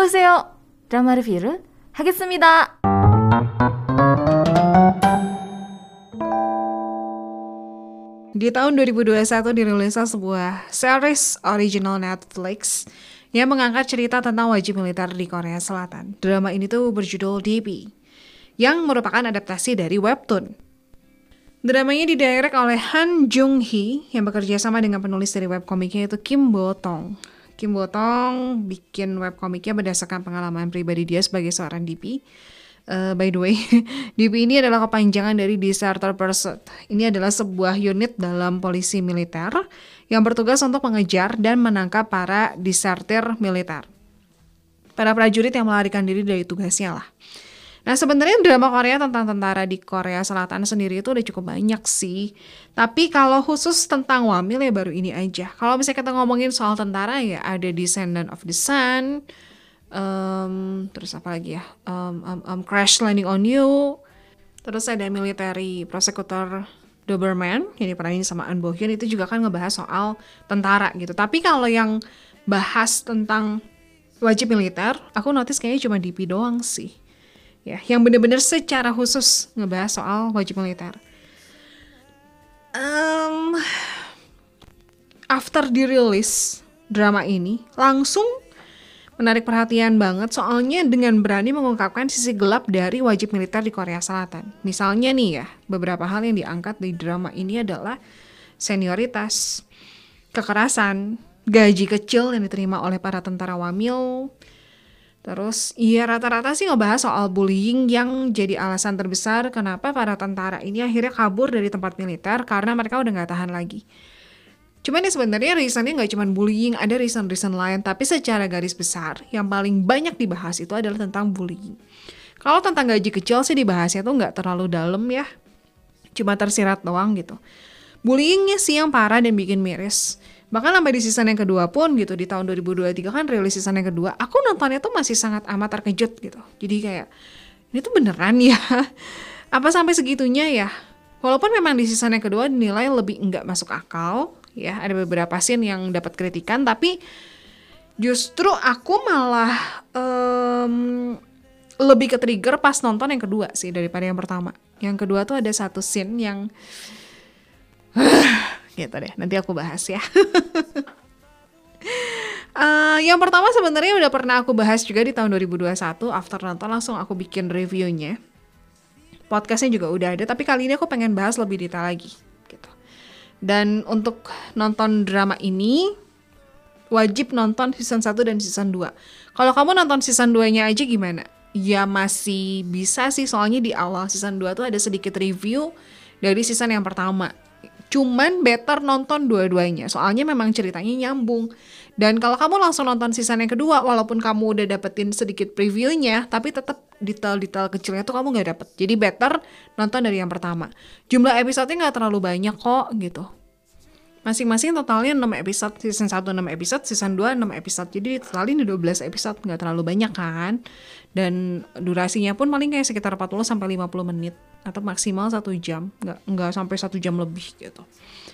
안녕하세요. 드라마 리뷰를 하겠습니다. Di tahun 2021 dirilisnya sebuah series original Netflix yang mengangkat cerita tentang wajib militer di Korea Selatan. Drama ini tuh berjudul DB, yang merupakan adaptasi dari webtoon. Dramanya didirect oleh Han Jung-hee yang bekerja sama dengan penulis dari webkomiknya yaitu Kim Bo-tong. Kim Bo-tong bikin webkomiknya berdasarkan pengalaman pribadi dia sebagai seorang DP. By the way, DP ini adalah kepanjangan dari Deserter Pursuit. Ini adalah sebuah unit dalam polisi militer yang bertugas untuk mengejar dan menangkap para desertir militer. Para prajurit yang melarikan diri dari tugasnya lah. Nah, sebenarnya drama Korea tentang tentara di Korea Selatan sendiri itu udah cukup banyak sih. Tapi kalau khusus tentang Wamil ya baru ini aja. Kalau misalnya kita ngomongin soal tentara ya ada Descendant of the Sun, terus apa lagi ya? Crash Landing on You. Terus ada Military Prosecutor Doberman yang diperanin sama An Bo Hyun, itu juga kan ngebahas soal tentara gitu. Tapi kalau yang bahas tentang wajib militer, aku notice kayaknya cuma DP doang sih. Ya, yang benar-benar secara khusus ngebahas soal wajib militer. After dirilis drama ini, langsung menarik perhatian banget soalnya dengan berani mengungkapkan sisi gelap dari wajib militer di Korea Selatan. Misalnya nih ya, beberapa hal yang diangkat di drama ini adalah senioritas, kekerasan, gaji kecil yang diterima oleh para tentara Wamil. Terus, ya rata-rata sih ngebahas soal bullying yang jadi alasan terbesar kenapa para tentara ini akhirnya kabur dari tempat militer karena mereka udah gak tahan lagi. Cuman ya sebenarnya reasonnya gak cuma bullying, ada reason-reason lain, tapi secara garis besar yang paling banyak dibahas itu adalah tentang bullying. Kalau tentang gaji kecil sih dibahasnya tuh gak terlalu dalam ya, cuma tersirat doang gitu. Bullyingnya sih yang parah dan bikin miris. Bahkan sampai di season yang kedua pun gitu, di tahun 2023 kan rilis season yang kedua, aku nontonnya tuh masih sangat amat terkejut gitu. Jadi kayak, ini tuh beneran ya? Apa sampai segitunya ya? Walaupun memang di season yang kedua dinilai lebih enggak masuk akal, ya ada beberapa scene yang dapat kritikan, tapi justru aku malah lebih ke trigger pas nonton yang kedua sih daripada yang pertama. Yang kedua tuh ada satu scene yang gitu deh, nanti aku bahas ya. Yang pertama sebenarnya udah pernah aku bahas juga di tahun 2021. After nonton langsung aku bikin reviewnya. Podcastnya juga udah ada, tapi kali ini aku pengen bahas lebih detail lagi gitu. Dan untuk nonton drama ini wajib nonton season 1 dan season 2. Kalau kamu nonton season 2-nya aja gimana? Ya masih bisa sih, soalnya di awal season 2 tuh ada sedikit review dari season yang pertama. Cuman better nonton dua-duanya, soalnya memang ceritanya nyambung. Dan kalau kamu langsung nonton season yang kedua, walaupun kamu udah dapetin sedikit previewnya, tapi tetap detail-detail kecilnya tuh kamu gak dapet. Jadi better nonton dari yang pertama. Jumlah episodenya gak terlalu banyak kok gitu. Masing-masing totalnya 6 episode, season 1 6 episode, season 2 6 episode. Jadi totalnya 12 episode, gak terlalu banyak kan. Dan durasinya pun paling kayak sekitar 40-50 menit. Atau maksimal 1 jam, nggak sampai 1 jam lebih gitu.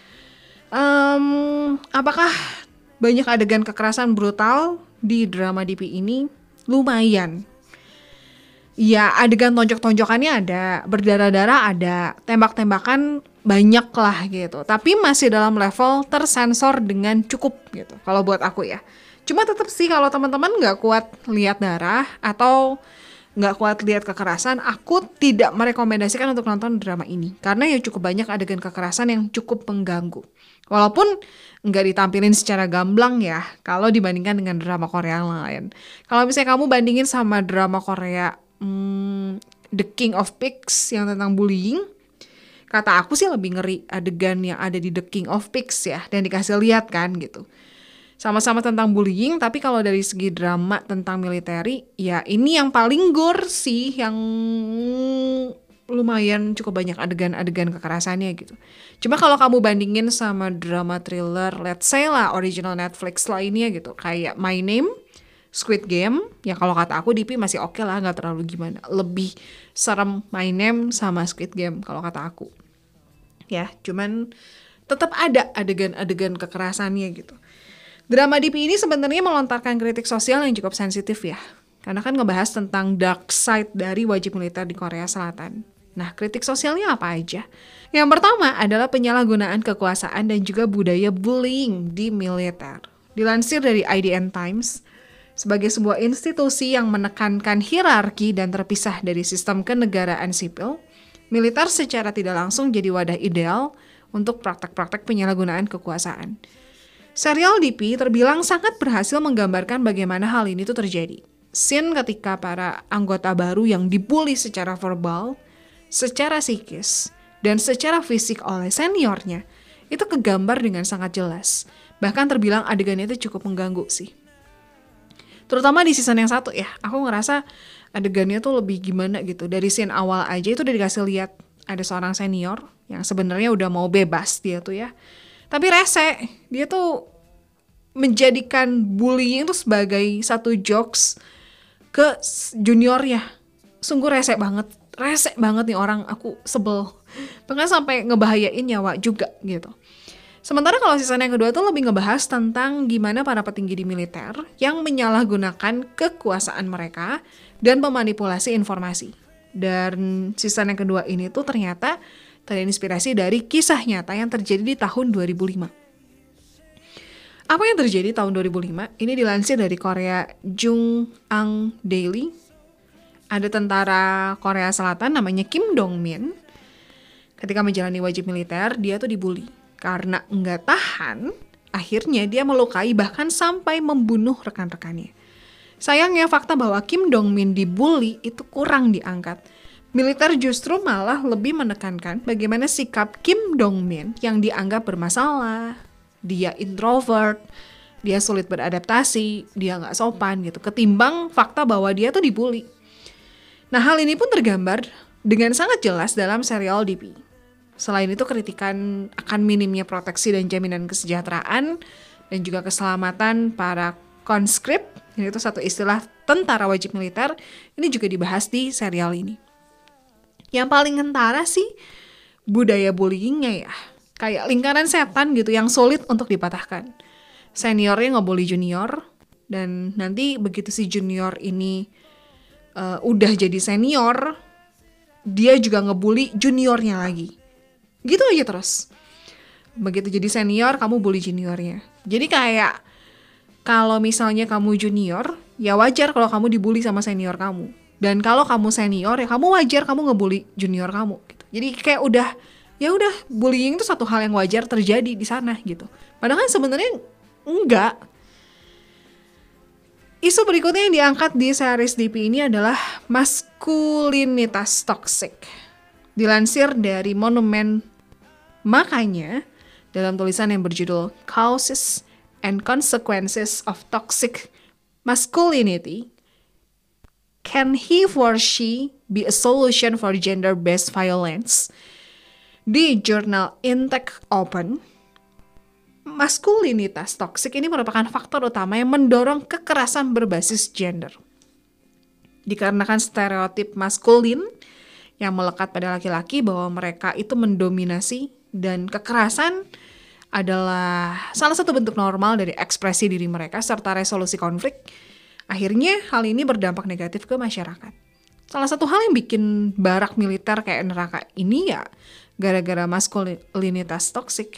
Apakah banyak adegan kekerasan brutal di drama DP ini? Lumayan. Ya adegan tonjok-tonjokannya ada, berdarah-darah ada, tembak-tembakan banyak lah gitu. Tapi masih dalam level tersensor dengan cukup gitu, kalau buat aku ya. Cuma tetap sih kalau teman-teman nggak kuat lihat darah atau nggak kuat lihat kekerasan, aku tidak merekomendasikan untuk nonton drama ini. Karena ya cukup banyak adegan kekerasan yang cukup mengganggu. Walaupun nggak ditampilin secara gamblang ya, kalau dibandingkan dengan drama Korea lain. Kalau misalnya kamu bandingin sama drama Korea The King of Pigs yang tentang bullying, kata aku sih lebih ngeri adegan yang ada di The King of Pigs ya, dan dikasih lihat kan gitu. Sama-sama tentang bullying, tapi kalau dari segi drama tentang militeri, ya ini yang paling gore sih, yang lumayan cukup banyak adegan-adegan kekerasannya gitu. Cuma kalau kamu bandingin sama drama thriller, let's say lah original Netflix lainnya gitu, kayak My Name, Squid Game, ya kalau kata aku DP masih oke lah, gak terlalu gimana. Lebih serem My Name sama Squid Game kalau kata aku. Ya, cuman tetap ada adegan-adegan kekerasannya gitu. Drama DP ini sebenarnya melontarkan kritik sosial yang cukup sensitif ya. Karena kan ngebahas tentang dark side dari wajib militer di Korea Selatan. Nah, kritik sosialnya apa aja? Yang pertama adalah penyalahgunaan kekuasaan dan juga budaya bullying di militer. Dilansir dari IDN Times, sebagai sebuah institusi yang menekankan hierarki dan terpisah dari sistem kenegaraan sipil, militer secara tidak langsung jadi wadah ideal untuk praktek-praktek penyalahgunaan kekuasaan. Serial DP terbilang sangat berhasil menggambarkan bagaimana hal ini tuh terjadi. Scene ketika para anggota baru yang dibully secara verbal, secara psikis, dan secara fisik oleh seniornya, itu kegambar dengan sangat jelas. Bahkan terbilang adegannya itu cukup mengganggu sih. Terutama di season yang 1 ya, aku ngerasa adegannya tuh lebih gimana gitu. Dari scene awal aja itu udah dikasih lihat ada seorang senior yang sebenarnya udah mau bebas dia tuh ya. Tapi rese, dia tuh menjadikan bullying itu sebagai satu jokes ke juniornya. Sungguh rese banget nih orang, aku sebel. Bahkan sampai ngebahayain nyawa juga gitu. Sementara kalau season yang kedua tuh lebih ngebahas tentang gimana para petinggi di militer yang menyalahgunakan kekuasaan mereka dan memanipulasi informasi. Dan season yang kedua ini tuh ternyata terinspirasi dari kisah nyata yang terjadi di tahun 2005. Apa yang terjadi tahun 2005? Ini dilansir dari Korea Jung-ang Daily. Ada tentara Korea Selatan namanya Kim Dong-min. Ketika menjalani wajib militer, dia tuh dibully. Karena nggak tahan, akhirnya dia melukai bahkan sampai membunuh rekan-rekannya. Sayangnya fakta bahwa Kim Dong-min dibully itu kurang diangkat. Militer justru malah lebih menekankan bagaimana sikap Kim Dong-min yang dianggap bermasalah. Dia introvert, dia sulit beradaptasi, dia nggak sopan gitu. Ketimbang fakta bahwa dia tuh dibully. Nah, hal ini pun tergambar dengan sangat jelas dalam serial DP. Selain itu, kritikan akan minimnya proteksi dan jaminan kesejahteraan dan juga keselamatan para conscript, yaitu satu istilah tentara wajib militer, ini juga dibahas di serial ini. Yang paling kentara sih budaya bullyingnya ya. Kayak lingkaran setan gitu yang sulit untuk dipatahkan. Seniornya ngebully junior, dan nanti begitu si junior ini udah jadi senior, dia juga ngebully juniornya lagi. Gitu aja terus. Begitu jadi senior, kamu bully juniornya. Jadi kayak kalau misalnya kamu junior, ya wajar kalau kamu dibully sama senior kamu. Dan kalau kamu senior, ya kamu wajar kamu ngebully junior kamu. Gitu. Jadi kayak udah bullying itu satu hal yang wajar terjadi di sana gitu. Padahal kan sebenarnya enggak. Isu berikutnya yang diangkat di series DP ini adalah maskulinitas toxic. Dilansir dari Monumen Makanya, dalam tulisan yang berjudul Causes and Consequences of Toxic Masculinity, Can He or She Be a Solution for Gender-Based Violence? Di jurnal Intake Open, maskulinitas toksik ini merupakan faktor utama yang mendorong kekerasan berbasis gender. Dikarenakan stereotip maskulin yang melekat pada laki-laki bahwa mereka itu mendominasi, dan kekerasan adalah salah satu bentuk normal dari ekspresi diri mereka serta resolusi konflik. Akhirnya hal ini berdampak negatif ke masyarakat. Salah satu hal yang bikin barak militer kayak neraka ini ya gara-gara maskulinitas toksik.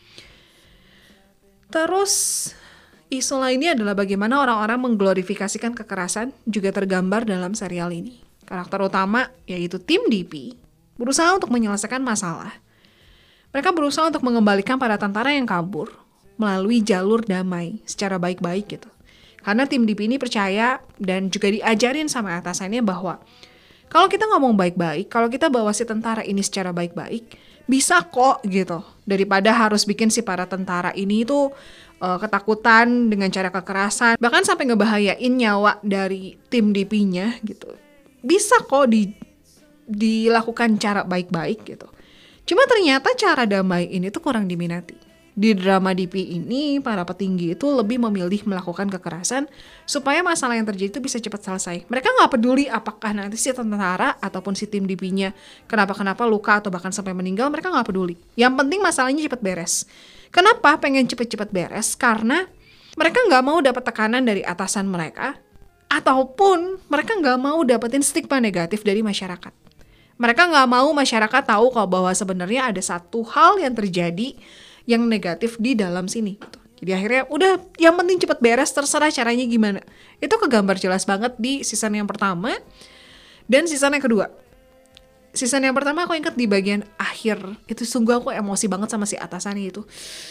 Terus isu lainnya adalah bagaimana orang-orang mengglorifikasikan kekerasan juga tergambar dalam serial ini. Karakter utama yaitu tim DP berusaha untuk menyelesaikan masalah. Mereka berusaha untuk mengembalikan para tentara yang kabur melalui jalur damai secara baik-baik gitu. Karena tim DP ini percaya dan juga diajarin sama atasannya bahwa kalau kita ngomong baik-baik, kalau kita bawa si tentara ini secara baik-baik, bisa kok gitu. Daripada harus bikin si para tentara ini tuh ketakutan dengan cara kekerasan, bahkan sampai ngebahayain nyawa dari tim DP-nya gitu. Bisa kok dilakukan cara baik-baik gitu. Cuma ternyata cara damai ini tuh kurang diminati. Di drama DP ini, para petinggi itu lebih memilih melakukan kekerasan supaya masalah yang terjadi itu bisa cepat selesai. Mereka nggak peduli apakah nanti si tentara ataupun si tim DP-nya kenapa-kenapa luka atau bahkan sampai meninggal, mereka nggak peduli. Yang penting masalahnya cepat beres. Kenapa pengen cepat-cepat beres? Karena mereka nggak mau dapat tekanan dari atasan mereka Ataupun mereka nggak mau dapetin stigma negatif dari masyarakat. Mereka nggak mau masyarakat tahu kalau bahwa sebenarnya ada satu hal yang terjadi yang negatif di dalam sini gitu. Jadi akhirnya udah yang penting cepet beres, terserah caranya gimana. Itu kegambar jelas banget di season yang pertama dan season yang kedua. Season yang pertama aku ingat di bagian akhir, itu sungguh aku emosi banget sama si atasannya itu.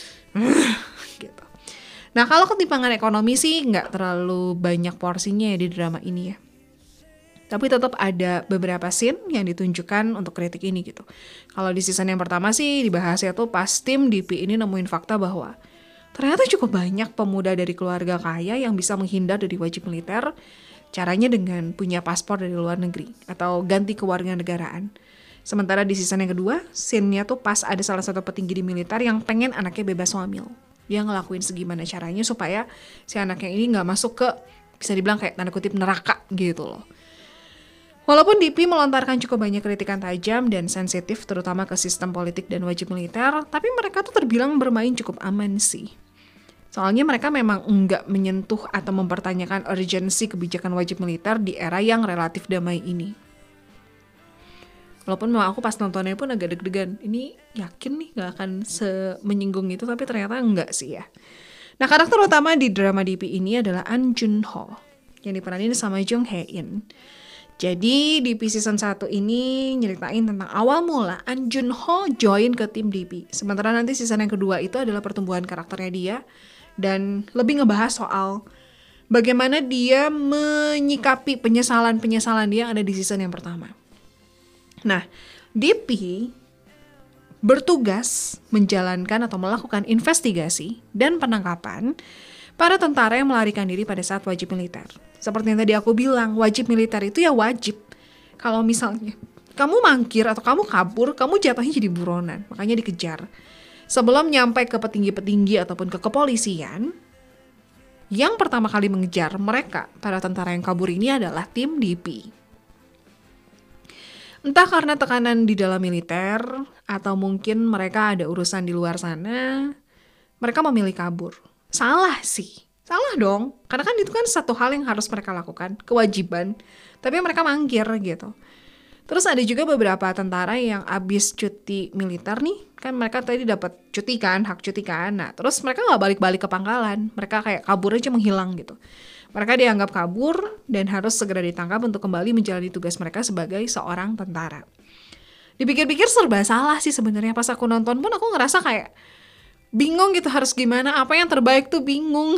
Gitu. Nah kalau ketimpangan ekonomi sih nggak terlalu banyak porsinya ya di drama ini ya. Tapi tetap ada beberapa scene yang ditunjukkan untuk kritik ini gitu. Kalau di season yang pertama sih dibahasnya tuh pas tim DP ini nemuin fakta bahwa ternyata cukup banyak pemuda dari keluarga kaya yang bisa menghindar dari wajib militer. Caranya dengan punya paspor dari luar negeri atau ganti kewarganegaraan. Sementara di season yang kedua, scene-nya tuh pas ada salah satu petinggi di militer yang pengen anaknya bebas hamil. Dia ngelakuin segimana caranya supaya si anaknya ini nggak masuk ke, bisa dibilang kayak tanda kutip neraka gitu loh. Walaupun DP melontarkan cukup banyak kritikan tajam dan sensitif terutama ke sistem politik dan wajib militer, tapi mereka tuh terbilang bermain cukup aman sih. Soalnya mereka memang enggak menyentuh atau mempertanyakan urgensi kebijakan wajib militer di era yang relatif damai ini. Walaupun memang aku pas nontonnya pun agak deg-degan. Ini yakin nih gak akan menyinggung itu, tapi ternyata enggak sih ya. Nah karakter utama di drama DP ini adalah An Jun Ho yang diperanin sama Jung Hae In. Jadi DP season 1 ini nyeritain tentang awal mula An Jun Ho join ke tim DP. Sementara nanti season yang kedua itu adalah pertumbuhan karakternya dia dan lebih ngebahas soal bagaimana dia menyikapi penyesalan-penyesalan dia yang ada di season yang pertama. Nah, DP bertugas menjalankan atau melakukan investigasi dan penangkapan para tentara yang melarikan diri pada saat wajib militer. Seperti yang tadi aku bilang, wajib militer itu ya wajib. Kalau misalnya kamu mangkir atau kamu kabur, kamu jatuhnya jadi buronan, makanya dikejar. Sebelum nyampe ke petinggi-petinggi ataupun ke kepolisian, yang pertama kali mengejar mereka, para tentara yang kabur ini adalah tim DP. Entah karena tekanan di dalam militer, atau mungkin mereka ada urusan di luar sana, mereka memilih kabur. Salah sih. Salah dong. Karena kan itu kan satu hal yang harus mereka lakukan, kewajiban. Tapi mereka mangkir gitu. Terus ada juga beberapa tentara yang abis cuti militer nih, kan mereka tadi dapat cuti kan, hak cuti kan. Nah, terus mereka nggak balik-balik ke pangkalan. Mereka kayak kabur aja menghilang gitu. Mereka dianggap kabur dan harus segera ditangkap untuk kembali menjalani tugas mereka sebagai seorang tentara. Dipikir-pikir serba salah sih sebenarnya. Pas aku nonton pun aku ngerasa kayak bingung gitu harus gimana, apa yang terbaik tuh bingung.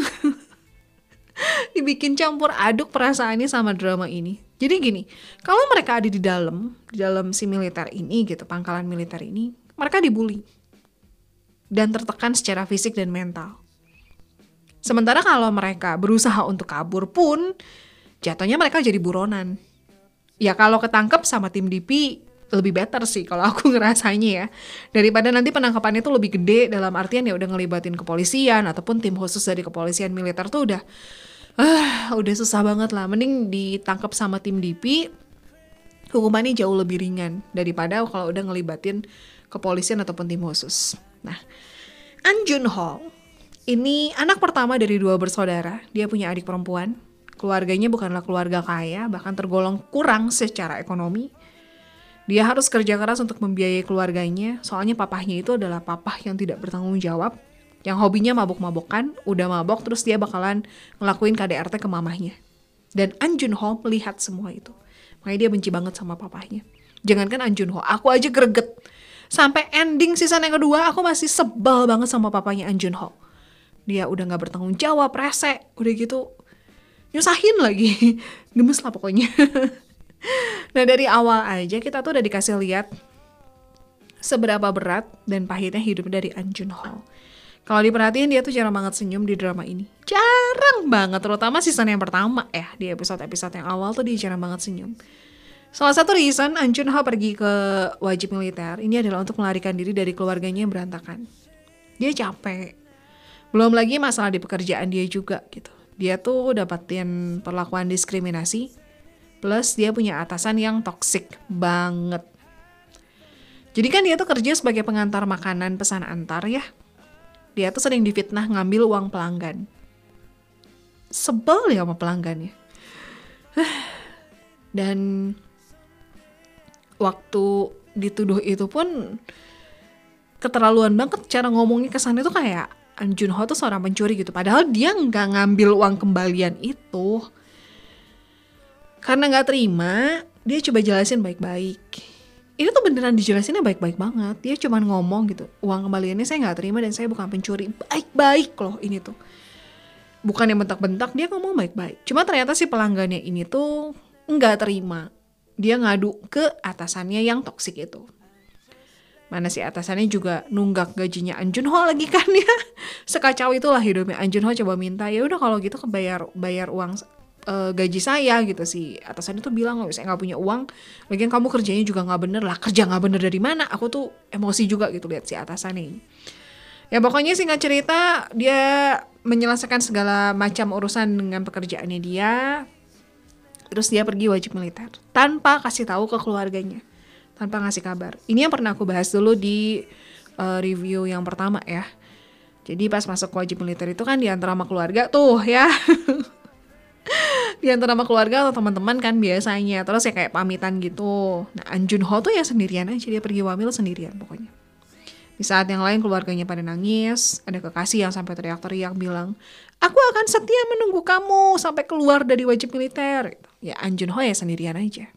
Dibikin campur aduk perasaannya sama drama ini. Jadi gini, kalau mereka ada di dalam si militer ini gitu, pangkalan militer ini, mereka dibully dan tertekan secara fisik dan mental. Sementara kalau mereka berusaha untuk kabur pun, jatuhnya mereka jadi buronan. Ya kalau ketangkep sama tim DP, lebih better sih kalau aku ngerasanya ya. Daripada nanti penangkapannya tuh lebih gede dalam artian ya udah ngelibatin kepolisian ataupun tim khusus dari kepolisian militer tuh udah susah banget lah. Mending ditangkap sama tim DP, hukumannya jauh lebih ringan daripada kalau udah ngelibatin kepolisian ataupun tim khusus. Nah, An Jun Ho ini anak pertama dari 2 bersaudara. Dia punya adik perempuan. Keluarganya bukanlah keluarga kaya, bahkan tergolong kurang secara ekonomi. Dia harus kerja keras untuk membiayai keluarganya, soalnya papahnya itu adalah papah yang tidak bertanggung jawab, yang hobinya mabok-mabokan, udah mabok terus dia bakalan ngelakuin KDRT ke mamahnya. Dan An Jun Ho melihat semua itu. Makanya dia benci banget sama papahnya. Jangankan An Jun Ho, aku aja greget. Sampai ending season yang kedua, aku masih sebel banget sama papanya An Jun Ho. Dia udah gak bertanggung jawab, rese, udah gitu nyusahin lagi. Gemes lah pokoknya. Nah dari awal aja kita tuh udah dikasih lihat seberapa berat dan pahitnya hidup dari An Jun Ho. Kalau diperhatiin dia tuh jarang banget senyum di drama ini. Jarang banget, terutama season yang pertama ya. Di episode-episode yang awal tuh dia jarang banget senyum. Salah satu reason An Jun Ho pergi ke wajib militer ini adalah untuk melarikan diri dari keluarganya yang berantakan. Dia capek. Belum lagi masalah di pekerjaan dia juga gitu. Dia tuh dapatin perlakuan diskriminasi. Plus dia punya atasan yang toksik banget. Jadi kan dia tuh kerja sebagai pengantar makanan pesan antar ya. Dia tuh sering difitnah ngambil uang pelanggan. Sebel ya sama pelanggannya. Dan waktu dituduh itu pun keterlaluan banget cara ngomongnya kesannya tuh kayak An Junho tuh seorang pencuri gitu. Padahal dia nggak ngambil uang kembalian itu. Karena nggak terima, dia coba jelasin baik-baik. Ini tuh beneran dijelasinnya baik-baik banget. Dia cuma ngomong gitu, uang kembaliannya saya nggak terima dan saya bukan pencuri. Baik-baik loh ini tuh. Bukan yang bentak-bentak, dia ngomong baik-baik. Cuma ternyata si pelanggannya ini tuh nggak terima. Dia ngadu ke atasannya yang toksik itu. Mana si atasannya juga nunggak gajinya An Junho lagi kan ya. Sekacau itulah hidupnya. An Junho coba minta, ya udah kalau gitu bayar uang gaji saya gitu. Si atasannya tuh bilang, oh, saya nggak punya uang. Lagian kamu kerjanya juga nggak bener lah. Kerja nggak bener dari mana? Aku tuh emosi juga gitu lihat si atasannya ini. Ya pokoknya singkat cerita, dia menyelesaikan segala macam urusan dengan pekerjaannya dia. Terus dia pergi wajib militer tanpa kasih tahu ke keluarganya, tanpa ngasih kabar. Ini yang pernah aku bahas dulu di review yang pertama ya. Jadi pas masuk wajib militer itu kan diantara sama keluarga tuh ya. Diantara sama keluarga atau teman-teman kan biasanya. Terus ya kayak pamitan gitu. Nah An Junho tuh ya sendirian aja, dia pergi wamil sendirian pokoknya. Di saat yang lain keluarganya pada nangis, ada kekasih yang sampai teriak-teriak bilang, aku akan setia menunggu kamu sampai keluar dari wajib militer. Ya An Junho ya sendirian aja.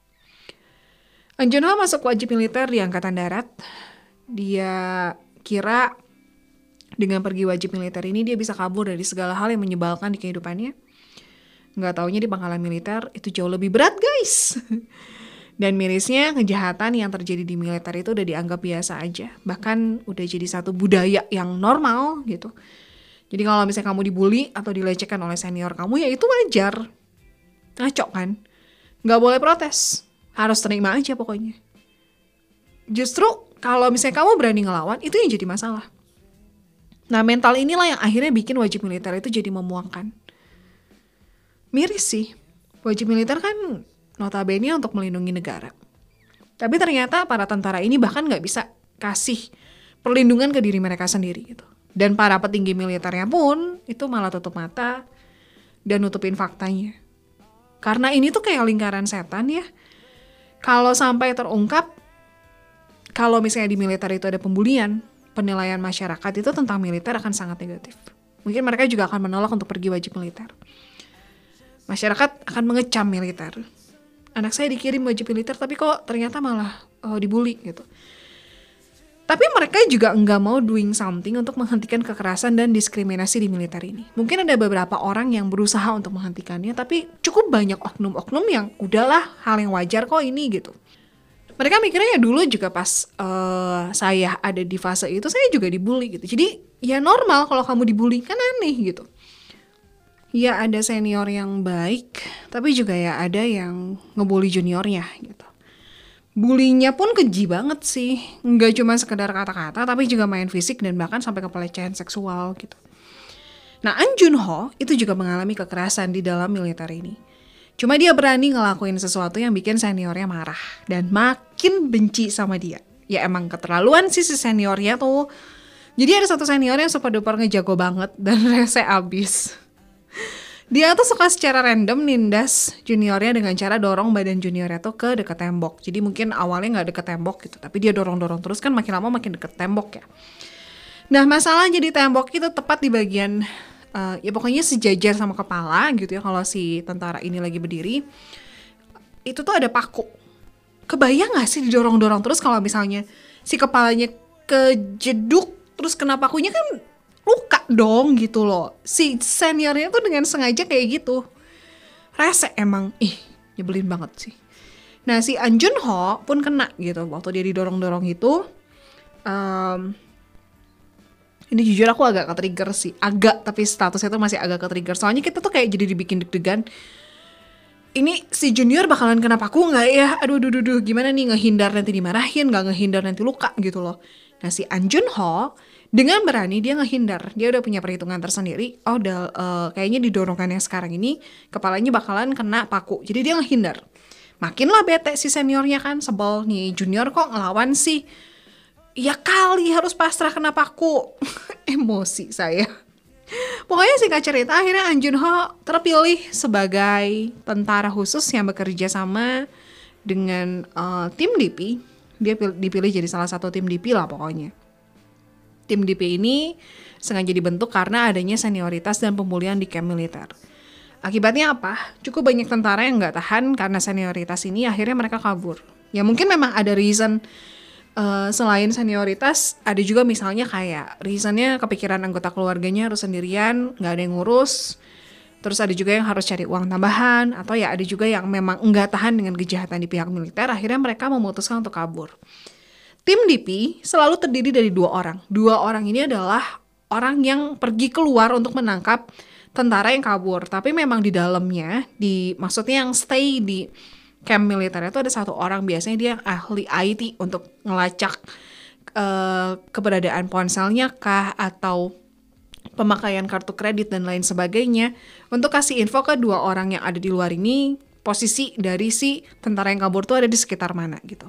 An Junho masuk wajib militer di Angkatan Darat. Dia kira dengan pergi wajib militer ini dia bisa kabur dari segala hal yang menyebalkan di kehidupannya. Nggak taunya di pangkalan militer itu jauh lebih berat guys. Dan mirisnya kejahatan yang terjadi di militer itu udah dianggap biasa aja. Bahkan udah jadi satu budaya yang normal gitu. Jadi kalau misalnya kamu dibully atau dilecehkan oleh senior kamu ya itu wajar. Ngaco kan? Nggak boleh protes. Harus terima aja pokoknya. Justru kalau misalnya kamu berani ngelawan itu yang jadi masalah. Nah mental inilah yang akhirnya bikin wajib militer itu jadi memuakkan. Miris sih. Wajib militer kan notabene untuk melindungi negara. Tapi ternyata para tentara ini bahkan nggak bisa kasih perlindungan ke diri mereka sendiri gitu. Dan para petinggi militernya pun itu malah tutup mata dan nutupin faktanya. Karena ini tuh kayak lingkaran setan ya. Kalau sampai terungkap, kalau misalnya di militer itu ada pembulian, penilaian masyarakat itu tentang militer akan sangat negatif. Mungkin mereka juga akan menolak untuk pergi wajib militer. Masyarakat akan mengecam militer. Anak saya dikirim wajib militer tapi kok ternyata malah dibully gitu. Tapi mereka juga nggak mau doing something untuk menghentikan kekerasan dan diskriminasi di militer ini. Mungkin ada beberapa orang yang berusaha untuk menghentikannya, tapi cukup banyak oknum-oknum yang udahlah hal yang wajar kok ini gitu. Mereka mikirnya ya dulu juga pas saya ada di fase itu saya juga dibully gitu. Jadi ya normal kalau kamu dibully, kan aneh gitu. Ya ada senior yang baik, tapi juga ya ada yang ngebully juniornya gitu. Bulinya pun keji banget sih, nggak cuma sekedar kata-kata, tapi juga main fisik dan bahkan sampai ke pelecehan seksual gitu. Nah An Junho itu juga mengalami kekerasan di dalam militer ini. Cuma dia berani ngelakuin sesuatu yang bikin seniornya marah dan makin benci sama dia. Ya emang keterlaluan sih si seniornya tuh. Jadi ada satu senior yang super duper ngejago banget dan rese abis. Dia tuh suka secara random nindas juniornya dengan cara dorong badan juniornya tuh ke dekat tembok. Jadi mungkin awalnya gak deket tembok gitu, tapi dia dorong-dorong terus kan makin lama makin deket tembok ya. Nah masalahnya di tembok itu tepat di bagian ya pokoknya sejajar sama kepala gitu ya. Kalau si tentara ini lagi berdiri, itu tuh ada paku. Kebayang gak sih didorong-dorong terus kalau misalnya si kepalanya kejeduk terus kena pakunya kan luka dong gitu loh. Si seniornya tuh dengan sengaja kayak gitu. Rese emang. Nyebelin banget sih. Nah si An Junho pun kena gitu. Waktu dia didorong-dorong itu. Ini jujur aku agak ke-trigger sih. Agak, tapi statusnya tuh masih agak ke-trigger. Soalnya kita tuh kayak jadi dibikin deg-degan. Ini si junior bakalan kena paku gak ya? Aduh, gimana nih ngehindar nanti dimarahin, gak ngehindar nanti luka gitu loh. Nah si An Junho dengan berani dia ngehindar. Dia udah punya perhitungan tersendiri. Kayaknya didorongkan yang sekarang ini kepalanya bakalan kena paku. Jadi dia ngehindar. Makinlah bete si seniornya kan, sebel nih junior kok ngelawan sih. Ya kali harus pasrah kena paku. Emosi saya. Pokoknya singkat cerita, akhirnya An Junho terpilih sebagai tentara khusus yang bekerja sama dengan tim DP. Dia dipilih jadi salah satu tim DP lah pokoknya. Tim DP ini sengaja dibentuk karena adanya senioritas dan pemulihan di camp militer. Akibatnya apa? Cukup banyak tentara yang nggak tahan karena senioritas ini, akhirnya mereka kabur. Ya mungkin memang ada reason selain senioritas, ada juga misalnya kayak reasonnya kepikiran anggota keluarganya harus sendirian, nggak ada yang ngurus. Terus ada juga yang harus cari uang tambahan, atau ya ada juga yang memang nggak tahan dengan kejahatan di pihak militer, akhirnya mereka memutuskan untuk kabur. Tim DP selalu terdiri dari 2 orang. 2 orang ini adalah orang yang pergi keluar untuk menangkap tentara yang kabur. Tapi memang di dalamnya, maksudnya yang stay di camp militer itu ada 1 orang, biasanya dia ahli IT untuk ngelacak keberadaan ponselnya kah, atau pemakaian kartu kredit dan lain sebagainya, untuk kasih info ke 2 orang yang ada di luar ini, posisi dari si tentara yang kabur tuh ada di sekitar mana gitu.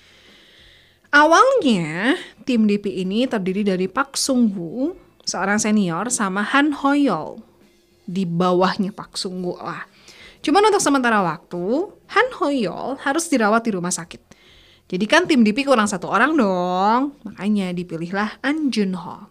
Awalnya tim DP ini terdiri dari Pak Sung Woo, seorang senior, sama Han Hoyol di bawahnya Pak Sung Woo lah. Cuman untuk sementara waktu, Han Hoyol harus dirawat di rumah sakit. Jadi kan tim DP kurang 1 orang dong, makanya dipilihlah An Junho.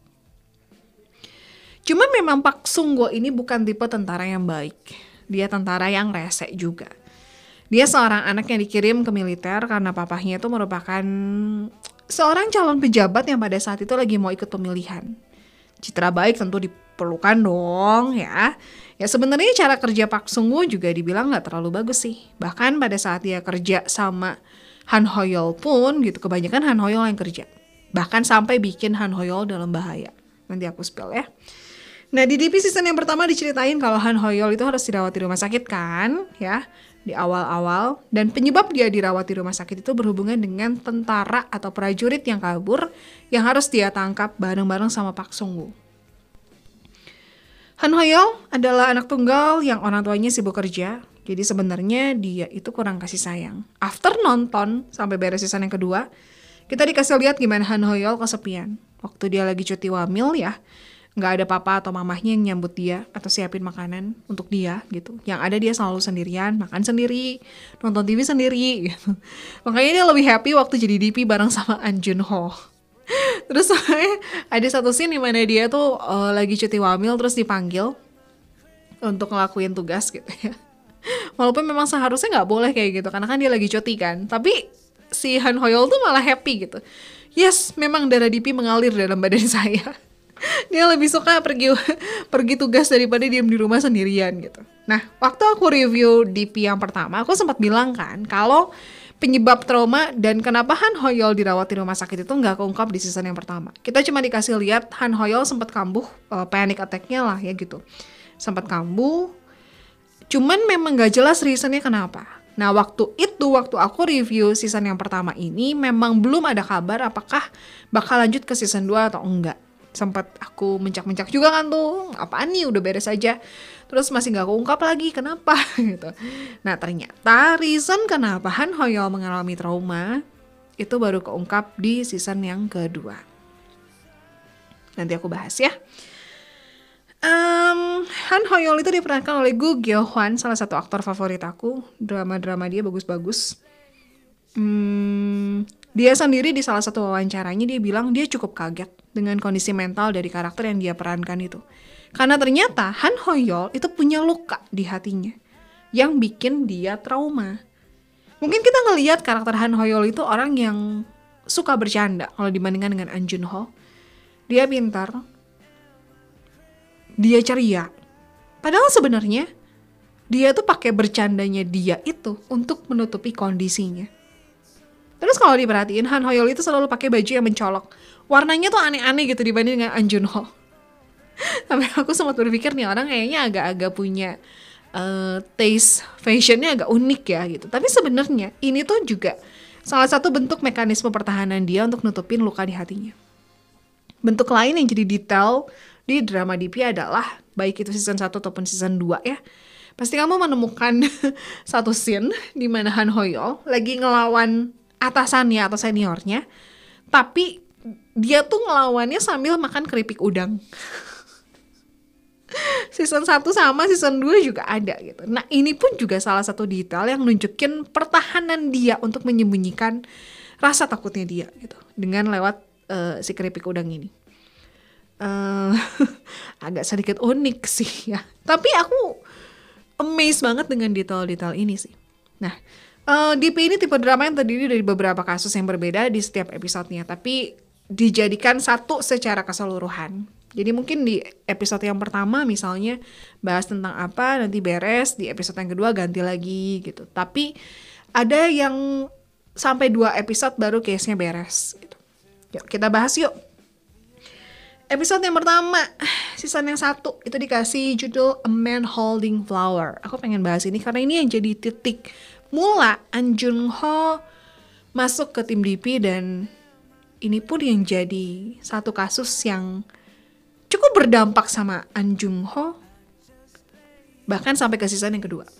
Cuman memang Pak Sung Woo ini bukan tipe tentara yang baik. Dia tentara yang rese juga. Dia seorang anak yang dikirim ke militer karena papahnya itu merupakan seorang calon pejabat yang pada saat itu lagi mau ikut pemilihan. Citra baik tentu diperlukan dong ya. Ya sebenarnya cara kerja Pak Sung Woo juga dibilang gak terlalu bagus sih. Bahkan pada saat dia kerja sama Han Hoyol pun gitu, kebanyakan Han Hoyol yang kerja. Bahkan sampai bikin Han Hoyol dalam bahaya. Nanti aku spill ya. Nah di DP season yang pertama diceritain kalau Han Hoyol itu harus dirawat di rumah sakit kan ya, di awal-awal, dan penyebab dia dirawat di rumah sakit itu berhubungan dengan tentara atau prajurit yang kabur yang harus dia tangkap bareng-bareng sama Pak Sung Woo. Han Hoyol adalah anak tunggal yang orang tuanya sibuk kerja, jadi sebenarnya dia itu kurang kasih sayang. After nonton sampai beres season yang kedua, kita dikasih lihat gimana Han Hoyol kesepian waktu dia lagi cuti wamil ya. Nggak ada papa atau mamahnya yang nyambut dia atau siapin makanan untuk dia gitu. Yang ada dia selalu sendirian, makan sendiri, nonton TV sendiri gitu. Makanya dia lebih happy waktu jadi DP bareng sama An Junho. Terus ada satu scene dimana dia tuh lagi cuti wamil terus dipanggil untuk ngelakuin tugas gitu ya. Walaupun memang seharusnya nggak boleh kayak gitu karena kan dia lagi cuti kan. Tapi si Han Hoyol tuh malah happy gitu. Yes, memang darah DP mengalir dalam badan saya. Dia lebih suka pergi tugas daripada diem di rumah sendirian gitu. Nah, waktu aku review DP yang pertama, aku sempat bilang kan kalau penyebab trauma dan kenapa Han Hoyol dirawat di rumah sakit itu nggak keungkap di season yang pertama. Kita cuma dikasih lihat Han Hoyol sempat kambuh, panic attack-nya lah ya gitu. Sempat kambuh, cuman memang nggak jelas reasonnya kenapa. Nah waktu aku review season yang pertama ini memang belum ada kabar apakah bakal lanjut ke season 2 atau enggak. Sempat aku mencak-mencak juga kan tuh, apaan nih udah beres aja, terus masih nggak keungkap lagi kenapa gitu. Nah ternyata reason kenapa Han Hoyol mengalami trauma itu baru keungkap di season yang kedua. Nanti aku bahas ya. Han Hoyol itu diperankan oleh Gu Gyo Hwan, salah satu aktor favorit aku. Drama-drama dia bagus-bagus. Dia sendiri di salah satu wawancaranya dia bilang dia cukup kaget dengan kondisi mental dari karakter yang dia perankan itu. Karena ternyata Han Hoyol itu punya luka di hatinya yang bikin dia trauma. Mungkin kita ngelihat karakter Han Hoyol itu orang yang suka bercanda kalau dibandingkan dengan An Junho. Dia pintar, dia ceria. Padahal sebenarnya dia tuh pakai bercandanya dia itu untuk menutupi kondisinya. Terus kalau diperhatiin Han Hoyol itu selalu pakai baju yang mencolok. Warnanya tuh aneh-aneh gitu dibanding dengan An Junho. Sampai aku sempat berpikir nih orang kayaknya agak-agak punya taste fashionnya agak unik ya gitu. Tapi sebenarnya ini tuh juga salah satu bentuk mekanisme pertahanan dia untuk nutupin luka di hatinya. Bentuk lain yang jadi detail di drama DP adalah baik itu season 1 ataupun season 2 ya. Pasti kamu menemukan satu scene di mana Han Hoyol lagi ngelawan atasannya atau seniornya, tapi dia tuh ngelawannya sambil makan keripik udang. Season 1 sama season 2 juga ada gitu. Nah ini pun juga salah satu detail yang nunjukin pertahanan dia untuk menyembunyikan rasa takutnya dia gitu. Dengan lewat si keripik udang ini. Agak sedikit unik sih ya. Tapi aku amazed banget dengan detail-detail ini sih. Nah, DP ini tipe drama yang terdiri dari beberapa kasus yang berbeda di setiap episodenya. Tapi dijadikan satu secara keseluruhan. Jadi mungkin di episode yang pertama misalnya bahas tentang apa, nanti beres, di episode yang kedua ganti lagi gitu. Tapi ada yang sampai 2 episode baru case-nya beres gitu. Yuk kita bahas yuk. Episode yang pertama, season yang 1 itu dikasih judul A Man Holding Flower. Aku pengen bahas ini karena ini yang jadi titik mula An Jun Ho masuk ke tim DP, dan ini pun yang jadi satu kasus yang cukup berdampak sama An Jun Ho bahkan sampai ke season yang kedua.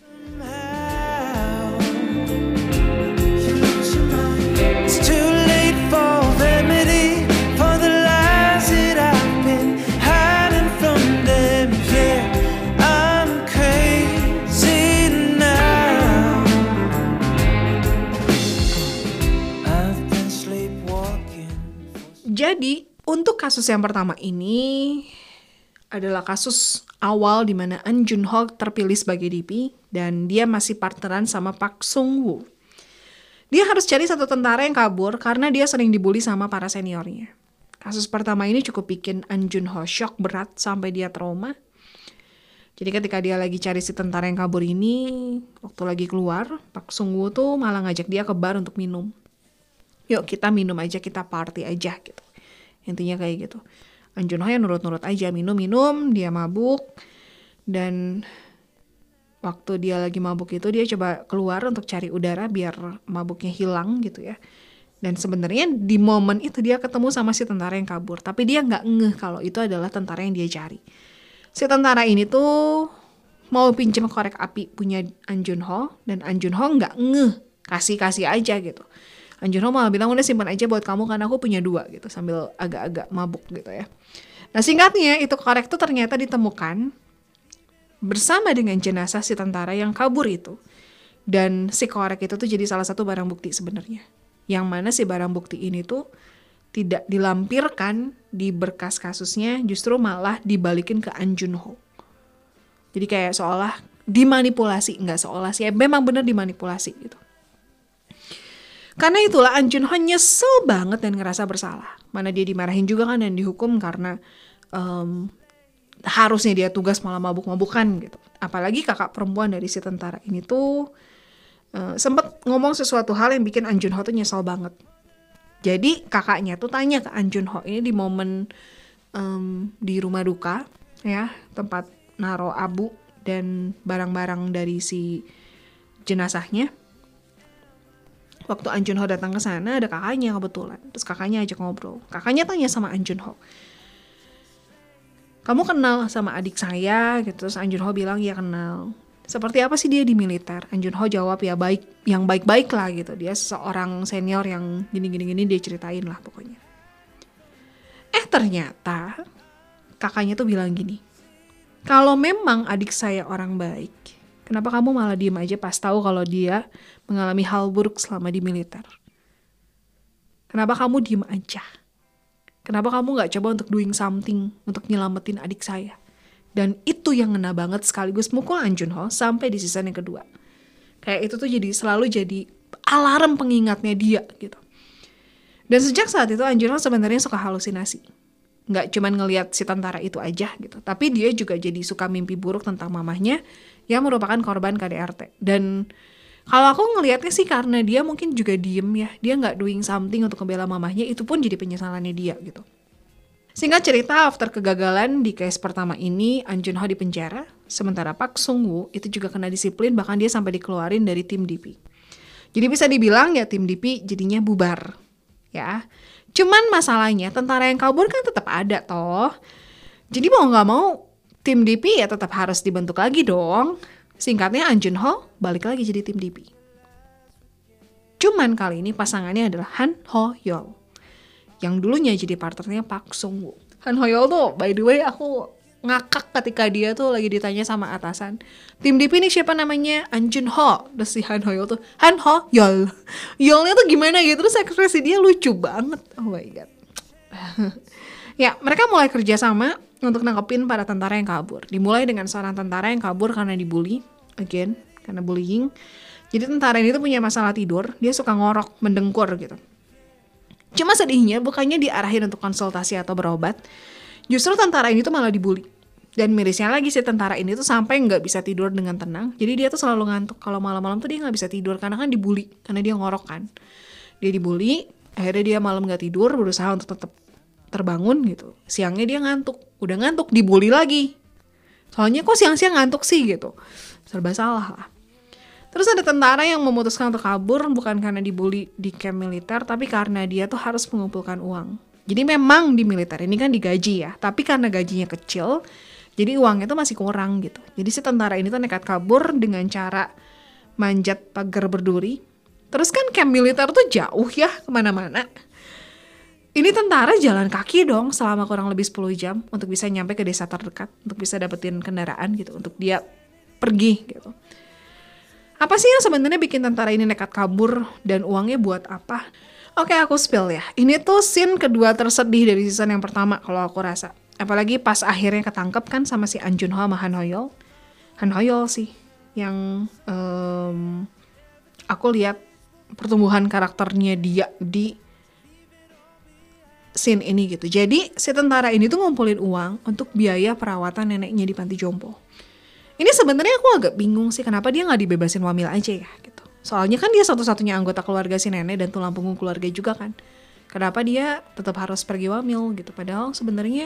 Jadi, untuk kasus yang pertama ini adalah kasus awal di mana An Jun Ho terpilih sebagai DP dan dia masih partneran sama Park Sung Woo. Dia harus cari satu tentara yang kabur karena dia sering dibully sama para seniornya. Kasus pertama ini cukup bikin An Jun Ho shock berat sampai dia trauma. Jadi ketika dia lagi cari si tentara yang kabur ini, waktu lagi keluar, Park Sung Woo tuh malah ngajak dia ke bar untuk minum. Yuk kita minum aja, kita party aja gitu. Intinya kayak gitu. An Jun Ho ya nurut-nurut aja, minum-minum, dia mabuk. Dan waktu dia lagi mabuk itu dia coba keluar untuk cari udara biar mabuknya hilang gitu ya. Dan sebenarnya di momen itu dia ketemu sama si tentara yang kabur. Tapi dia gak ngeh kalau itu adalah tentara yang dia cari. Si tentara ini tuh mau pinjam korek api punya An Jun Ho. Dan An Jun Ho gak ngeh, kasih-kasih aja gitu. An Jun Ho malah bilang udah simpan aja buat kamu karena aku punya 2 gitu, sambil agak-agak mabuk gitu ya. Nah singkatnya itu korek itu ternyata ditemukan bersama dengan jenazah si tentara yang kabur itu. Dan si korek itu tuh jadi salah satu barang bukti sebenarnya. Yang mana si barang bukti ini tuh tidak dilampirkan di berkas kasusnya, justru malah dibalikin ke An Jun Ho. Jadi kayak seolah dimanipulasi, nggak seolah sih, memang benar dimanipulasi gitu. Karena itulah An Jun Ho nyesel banget dan ngerasa bersalah. Mana dia dimarahin juga kan dan dihukum karena harusnya dia tugas malah mabuk-mabukan gitu. Apalagi kakak perempuan dari si tentara ini tuh sempat ngomong sesuatu hal yang bikin An Jun Ho tuh nyesel banget. Jadi kakaknya tuh tanya ke An Jun Ho ini di momen di rumah duka ya, tempat naro abu dan barang-barang dari si jenazahnya. Waktu An Jun Ho datang ke sana ada kakaknya kebetulan. Terus kakaknya ajak ngobrol. Kakaknya tanya sama An Jun Ho, "Kamu kenal sama adik saya?" gitu. Terus An Jun Ho bilang, "Ya kenal." "Seperti apa sih dia di militer?" An Jun Ho jawab, "Ya baik, yang baik-baik lah gitu. Dia seorang senior yang gini-gini dia ceritain lah pokoknya." Ternyata kakaknya tuh bilang gini, "Kalau memang adik saya orang baik, kenapa kamu malah diem aja pas tahu kalau dia mengalami hal buruk selama di militer? Kenapa kamu diem aja? Kenapa kamu gak coba untuk doing something untuk nyelamatin adik saya?" Dan itu yang ngena banget sekaligus mukul An Jun Ho sampai di season yang kedua. Kayak itu tuh selalu jadi alarm pengingatnya dia gitu. Dan sejak saat itu An Jun Ho sebenarnya suka halusinasi. Gak cuman ngelihat si tentara itu aja gitu. Tapi dia juga jadi suka mimpi buruk tentang mamahnya yang merupakan korban KDRT. Dan kalau aku ngelihatnya sih karena dia mungkin juga diem ya. Dia gak doing something untuk ngebela mamahnya. Itu pun jadi penyesalannya dia gitu. Singkat cerita, after kegagalan di case pertama ini, An Jun Ho dipenjara. Sementara Park Sung Woo itu juga kena disiplin. Bahkan dia sampai dikeluarin dari tim DP. Jadi bisa dibilang ya tim DP jadinya bubar. Ya, cuman masalahnya tentara yang kabur kan tetap ada toh. Jadi mau gak mau tim DP ya tetap harus dibentuk lagi dong. Singkatnya An Jun Ho balik lagi jadi tim DP. Cuman kali ini pasangannya adalah Han Ho Yeol, yang dulunya jadi partnernya Park Sung Woo. Han Ho Yeol tuh by the way aku ngakak ketika dia tuh lagi ditanya sama atasan, tim DP ini siapa namanya? An Jun-ho. Terus si Han Hoyol tuh, Han Ho Yol. Yolnya tuh gimana gitu, terus ekspresi dia lucu banget. Oh my god. Ya, mereka mulai kerja sama untuk nangkepin para tentara yang kabur. Dimulai dengan seorang tentara yang kabur karena dibully, again, karena bullying. Jadi tentara ini tuh punya masalah tidur, dia suka ngorok, mendengkur gitu. Cuma sedihnya bukannya diarahin untuk konsultasi atau berobat, justru tentara ini tuh malah dibully. Dan mirisnya lagi si tentara ini tuh sampai nggak bisa tidur dengan tenang. Jadi dia tuh selalu ngantuk. Kalau malam-malam tuh dia nggak bisa tidur karena kan dibully, karena dia ngorok kan. Dia dibully, akhirnya dia malam nggak tidur, berusaha untuk tetap terbangun gitu. Siangnya dia ngantuk, udah ngantuk dibully lagi. Soalnya kok siang-siang ngantuk sih gitu. Serba salah lah. Terus ada tentara yang memutuskan untuk kabur bukan karena dibully di camp militer, tapi karena dia tuh harus mengumpulkan uang. Jadi memang di militer ini kan digaji ya, tapi karena gajinya kecil, jadi uangnya tuh masih kurang gitu. Jadi si tentara ini tuh nekat kabur dengan cara manjat pagar berduri. Terus kan camp militer tuh jauh ya kemana-mana. Ini tentara jalan kaki dong selama kurang lebih 10 jam untuk bisa nyampe ke desa terdekat, untuk bisa dapetin kendaraan gitu, untuk dia pergi gitu. Apa sih yang sebenarnya bikin tentara ini nekat kabur dan uangnya buat apa? Oke, aku spill ya. Ini tuh scene kedua tersedih dari season yang pertama kalau aku rasa. Apalagi pas akhirnya ketangkep kan sama si An Jun-ho sama Han Hoyol. Han Hoyol sih yang aku lihat pertumbuhan karakternya dia di scene ini gitu. Jadi si tentara ini tuh ngumpulin uang untuk biaya perawatan neneknya di panti jompo. Ini sebenarnya aku agak bingung sih kenapa dia nggak dibebasin wamil aja ya gitu. Soalnya kan dia satu-satunya anggota keluarga si nenek dan tulang punggung keluarga juga kan. Kenapa dia tetap harus pergi wamil gitu? Padahal sebenarnya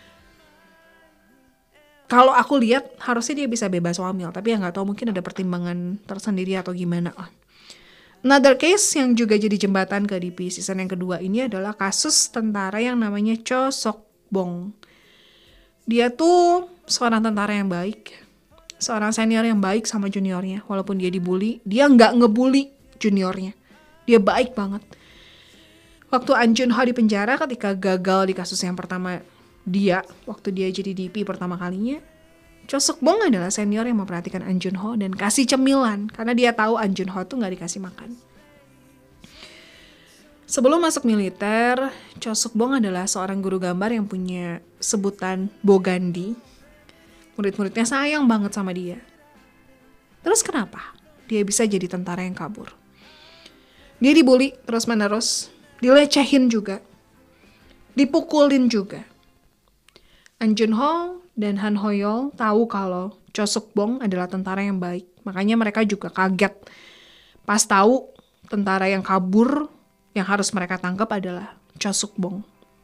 kalau aku lihat harusnya dia bisa bebas wamil. Tapi ya nggak tahu, mungkin ada pertimbangan tersendiri atau gimana lah. Another case yang juga jadi jembatan ke DP season yang kedua ini adalah kasus tentara yang namanya Cho Sok-bong. Dia tuh seorang tentara yang baik, seorang senior yang baik sama juniornya. Walaupun dia dibully, dia nggak ngebully juniornya. Dia baik banget. Waktu An Jun-ho di penjara ketika gagal di kasus yang pertama dia, waktu dia jadi DP pertama kalinya, Cho Sok-bong adalah senior yang memperhatikan An Jun-ho dan kasih cemilan karena dia tahu An Jun-ho tuh nggak dikasih makan. Sebelum masuk militer, Cho Sok-bong adalah seorang guru gambar yang punya sebutan Bogandi. Murid-muridnya sayang banget sama dia. Terus kenapa dia bisa jadi tentara yang kabur? Dia dibully terus-menerus, dilecehin juga, dipukulin juga. An Jun-ho dan Han Hoyol tahu kalau Cho Sok-bong adalah tentara yang baik. Makanya mereka juga kaget pas tahu tentara yang kabur yang harus mereka tangkap adalah Cho Sok-bong.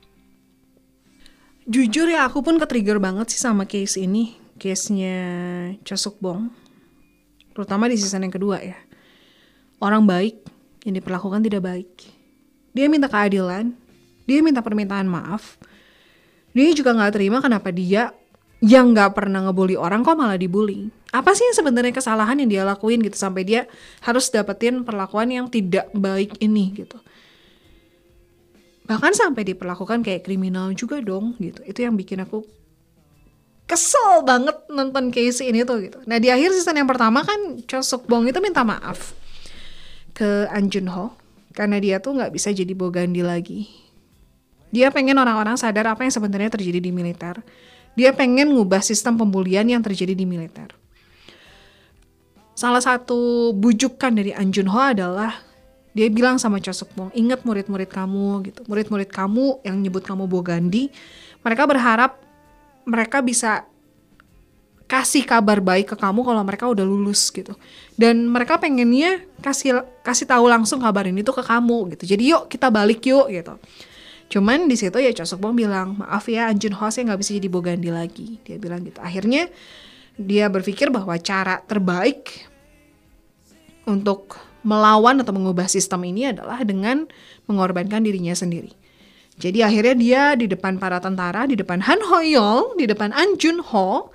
Jujur ya, aku pun ke-trigger banget sih sama case ini. Case-nya Cho Sok-bong. Terutama di season yang kedua ya. Orang baik yang diperlakukan tidak baik. Dia minta keadilan. Dia minta permintaan maaf. Dia juga gak terima kenapa dia yang gak pernah ngebully orang kok malah dibully. Apa sih yang sebenarnya kesalahan yang dia lakuin gitu sampai dia harus dapetin perlakuan yang tidak baik ini gitu. Bahkan sampai diperlakukan kayak kriminal juga dong gitu. Itu yang bikin aku kesel banget nonton case ini tuh gitu. Nah di akhir season yang pertama kan Cho Sok-bong itu minta maaf ke An Jun-ho karena dia tuh gak bisa jadi Bogandi lagi. Dia pengen orang-orang sadar apa yang sebenarnya terjadi di militer. Dia pengen ngubah sistem pembulian yang terjadi di militer. Salah satu bujukan dari An Jun-ho adalah dia bilang sama Cho Sok-bong, ingat murid-murid kamu gitu. Murid-murid kamu yang nyebut kamu Bogandi, mereka berharap mereka bisa kasih kabar baik ke kamu kalau mereka udah lulus gitu. Dan mereka pengennya kasih tahu langsung kabar ini tuh ke kamu gitu. Jadi yuk kita balik yuk gitu. Cuman di situ ya Cho Sok-bong bilang, maaf ya An Jun-ho saya nggak bisa jadi Bogandi lagi. Dia bilang gitu. Akhirnya dia berpikir bahwa cara terbaik untuk melawan atau mengubah sistem ini adalah dengan mengorbankan dirinya sendiri. Jadi akhirnya dia di depan para tentara, di depan Han Hoyol, di depan An Jun-ho,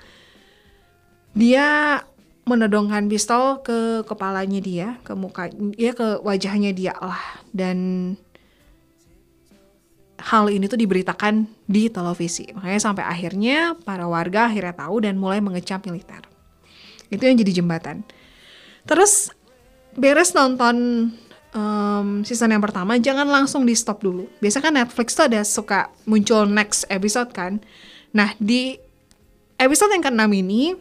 dia menodongkan pistol ke kepalanya dia, ke muka, ya ke wajahnya dia lah. Dan hal ini tuh diberitakan di televisi. Makanya sampai akhirnya para warga akhirnya tahu dan mulai mengecam militer. Itu yang jadi jembatan. Terus beres nonton season yang pertama, jangan langsung di stop dulu. Biasanya kan Netflix tuh ada suka muncul next episode kan. Nah di episode yang ke-6 ini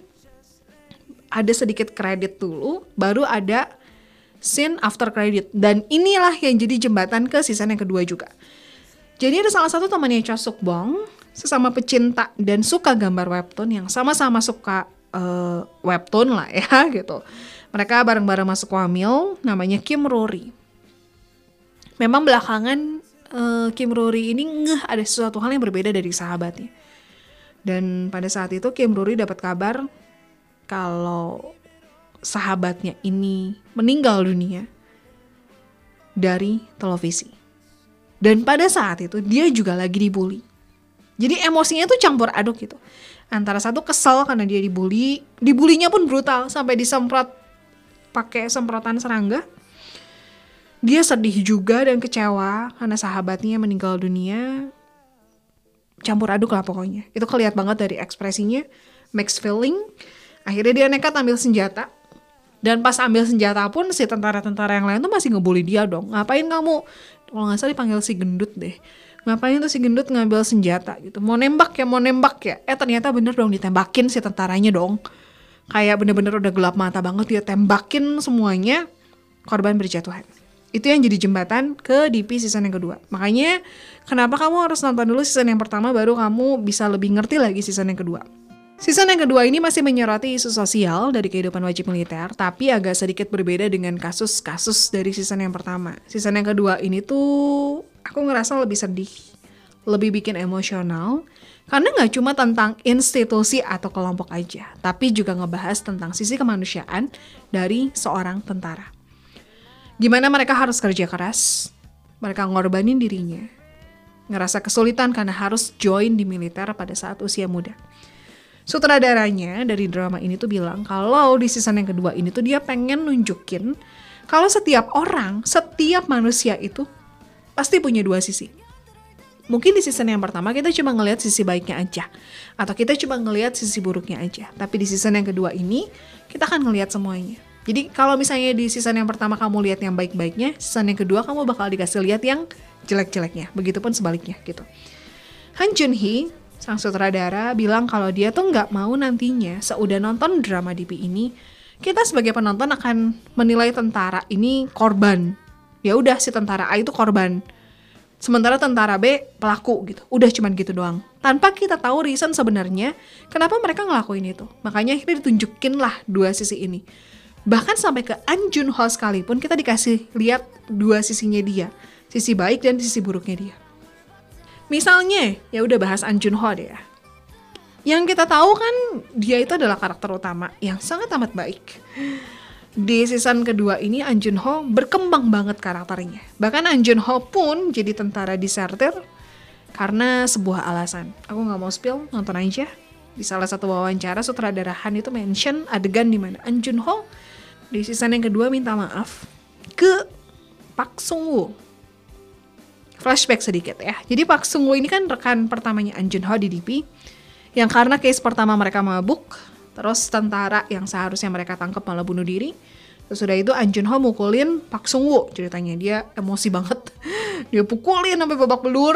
ada sedikit kredit dulu, baru ada scene after credit. Dan inilah yang jadi jembatan ke season yang kedua juga. Jadi ada salah satu temannya Cha Suk-bong, sesama pecinta dan suka gambar webtoon yang sama-sama suka webtoon lah ya gitu. Mereka bareng-bareng masuk wamil, namanya Kim Rory. Memang belakangan Kim Rory ini ada sesuatu hal yang berbeda dari sahabatnya. Dan pada saat itu Kim Rory dapat kabar kalau sahabatnya ini meninggal dunia dari televisi. Dan pada saat itu dia juga lagi dibully. Jadi emosinya tuh campur aduk gitu. Antara satu kesel karena dia dibully, dibulinya pun brutal sampai disemprot pakai semprotan serangga. Dia sedih juga dan kecewa karena sahabatnya meninggal dunia. Campur aduk lah pokoknya. Itu kelihatan banget dari ekspresinya, mixed feeling. Akhirnya dia nekat ambil senjata. Dan pas ambil senjata pun si tentara-tentara yang lain tuh masih ngebully dia dong. Ngapain kamu? Kalau nggak salah dipanggil si gendut deh. Ngapain tuh si gendut ngambil senjata gitu. Mau nembak ya. Ternyata bener dong ditembakin si tentaranya dong. Kayak bener-bener udah gelap mata banget, dia tembakin semuanya. Korban berjatuhan. Itu yang jadi jembatan ke DP season yang kedua. Makanya kenapa kamu harus nonton dulu season yang pertama baru kamu bisa lebih ngerti lagi season yang kedua. Season yang kedua ini masih menyoroti isu sosial dari kehidupan wajib militer, tapi agak sedikit berbeda dengan kasus-kasus dari season yang pertama. Season yang kedua ini tuh aku ngerasa lebih sedih, lebih bikin emosional, karena gak cuma tentang institusi atau kelompok aja, tapi juga ngebahas tentang sisi kemanusiaan dari seorang tentara. Gimana mereka harus kerja keras, mereka ngorbanin dirinya, ngerasa kesulitan karena harus join di militer pada saat usia muda. Sutradaranya dari drama ini tuh bilang kalau di season yang kedua ini tuh dia pengen nunjukin kalau setiap orang, setiap manusia itu pasti punya dua sisi. Mungkin di season yang pertama kita cuma ngelihat sisi baiknya aja, atau kita cuma ngelihat sisi buruknya aja. Tapi di season yang kedua ini kita akan ngelihat semuanya. Jadi kalau misalnya di season yang pertama kamu lihat yang baik-baiknya, season yang kedua kamu bakal dikasih lihat yang jelek-jeleknya. Begitupun sebaliknya gitu. Han Joon-hee, sang sutradara, bilang kalau dia tuh nggak mau nantinya seudah nonton drama DP ini, kita sebagai penonton akan menilai tentara ini korban. Ya udah si tentara A itu korban. Sementara tentara B pelaku gitu. Udah cuman gitu doang. Tanpa kita tahu reason sebenarnya kenapa mereka ngelakuin itu. Makanya akhirnya ditunjukin lah dua sisi ini. Bahkan sampai ke An Jun Ho sekalipun kita dikasih lihat dua sisinya dia. Sisi baik dan sisi buruknya dia. Misalnya, ya udah bahas An Jun Ho deh ya. Yang kita tahu kan dia itu adalah karakter utama yang sangat amat baik. Di season kedua ini An Jun Ho berkembang banget karakternya. Bahkan An Jun Ho pun jadi tentara disertir karena sebuah alasan. Aku nggak mau spill, nonton aja. Di salah satu wawancara sutradara Han itu mention adegan di mana An Jun Ho di season yang kedua minta maaf ke Park Sung Woo. Flashback sedikit ya. Jadi Park Sung Woo ini kan rekan pertamanya An Jun Ho di DP. Yang karena case pertama mereka mabuk, terus tentara yang seharusnya mereka tangkap malah bunuh diri. Terus udah itu An Jun Ho mukulin Park Sung Woo. Ceritanya dia emosi banget. Dia pukulin sampai babak belur.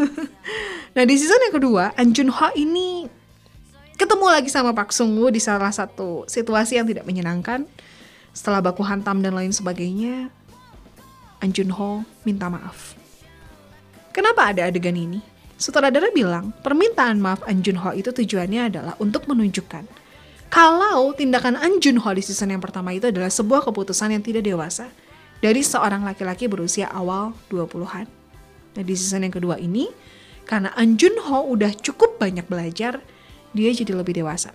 Nah di season yang kedua An Jun Ho ini ketemu lagi sama Park Sung Woo di salah satu situasi yang tidak menyenangkan. Setelah baku hantam dan lain sebagainya, An Jun Ho minta maaf. Kenapa ada adegan ini? Sutradara bilang, permintaan maaf An Jun Ho itu tujuannya adalah untuk menunjukkan kalau tindakan An Jun Ho di season yang pertama itu adalah sebuah keputusan yang tidak dewasa dari seorang laki-laki berusia awal 20-an. Nah di season yang kedua ini, karena An Jun Ho udah cukup banyak belajar, dia jadi lebih dewasa.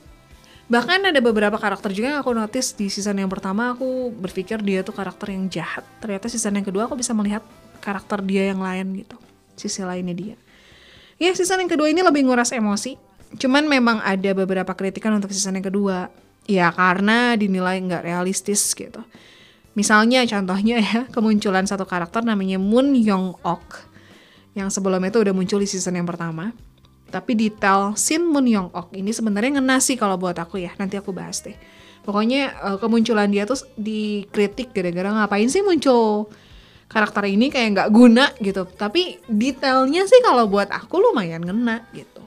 Bahkan ada beberapa karakter juga yang aku notice di season yang pertama aku berpikir dia tuh karakter yang jahat. Ternyata season yang kedua aku bisa melihat karakter dia yang lain gitu. Sisi lainnya dia. Ya season yang kedua ini lebih nguras emosi. Cuman memang ada beberapa kritikan untuk season yang kedua. Ya karena dinilai nggak realistis gitu. Misalnya contohnya ya kemunculan satu karakter namanya Moon Young Ok. yang sebelumnya itu udah muncul di season yang pertama. Tapi detail Shin Moon Young Ok ini sebenarnya ngena sih kalau buat aku ya. Nanti aku bahas deh. Pokoknya kemunculan dia tuh dikritik gara-gara ngapain sih muncul karakter ini kayak nggak guna gitu. Tapi detailnya sih kalau buat aku lumayan ngena gitu.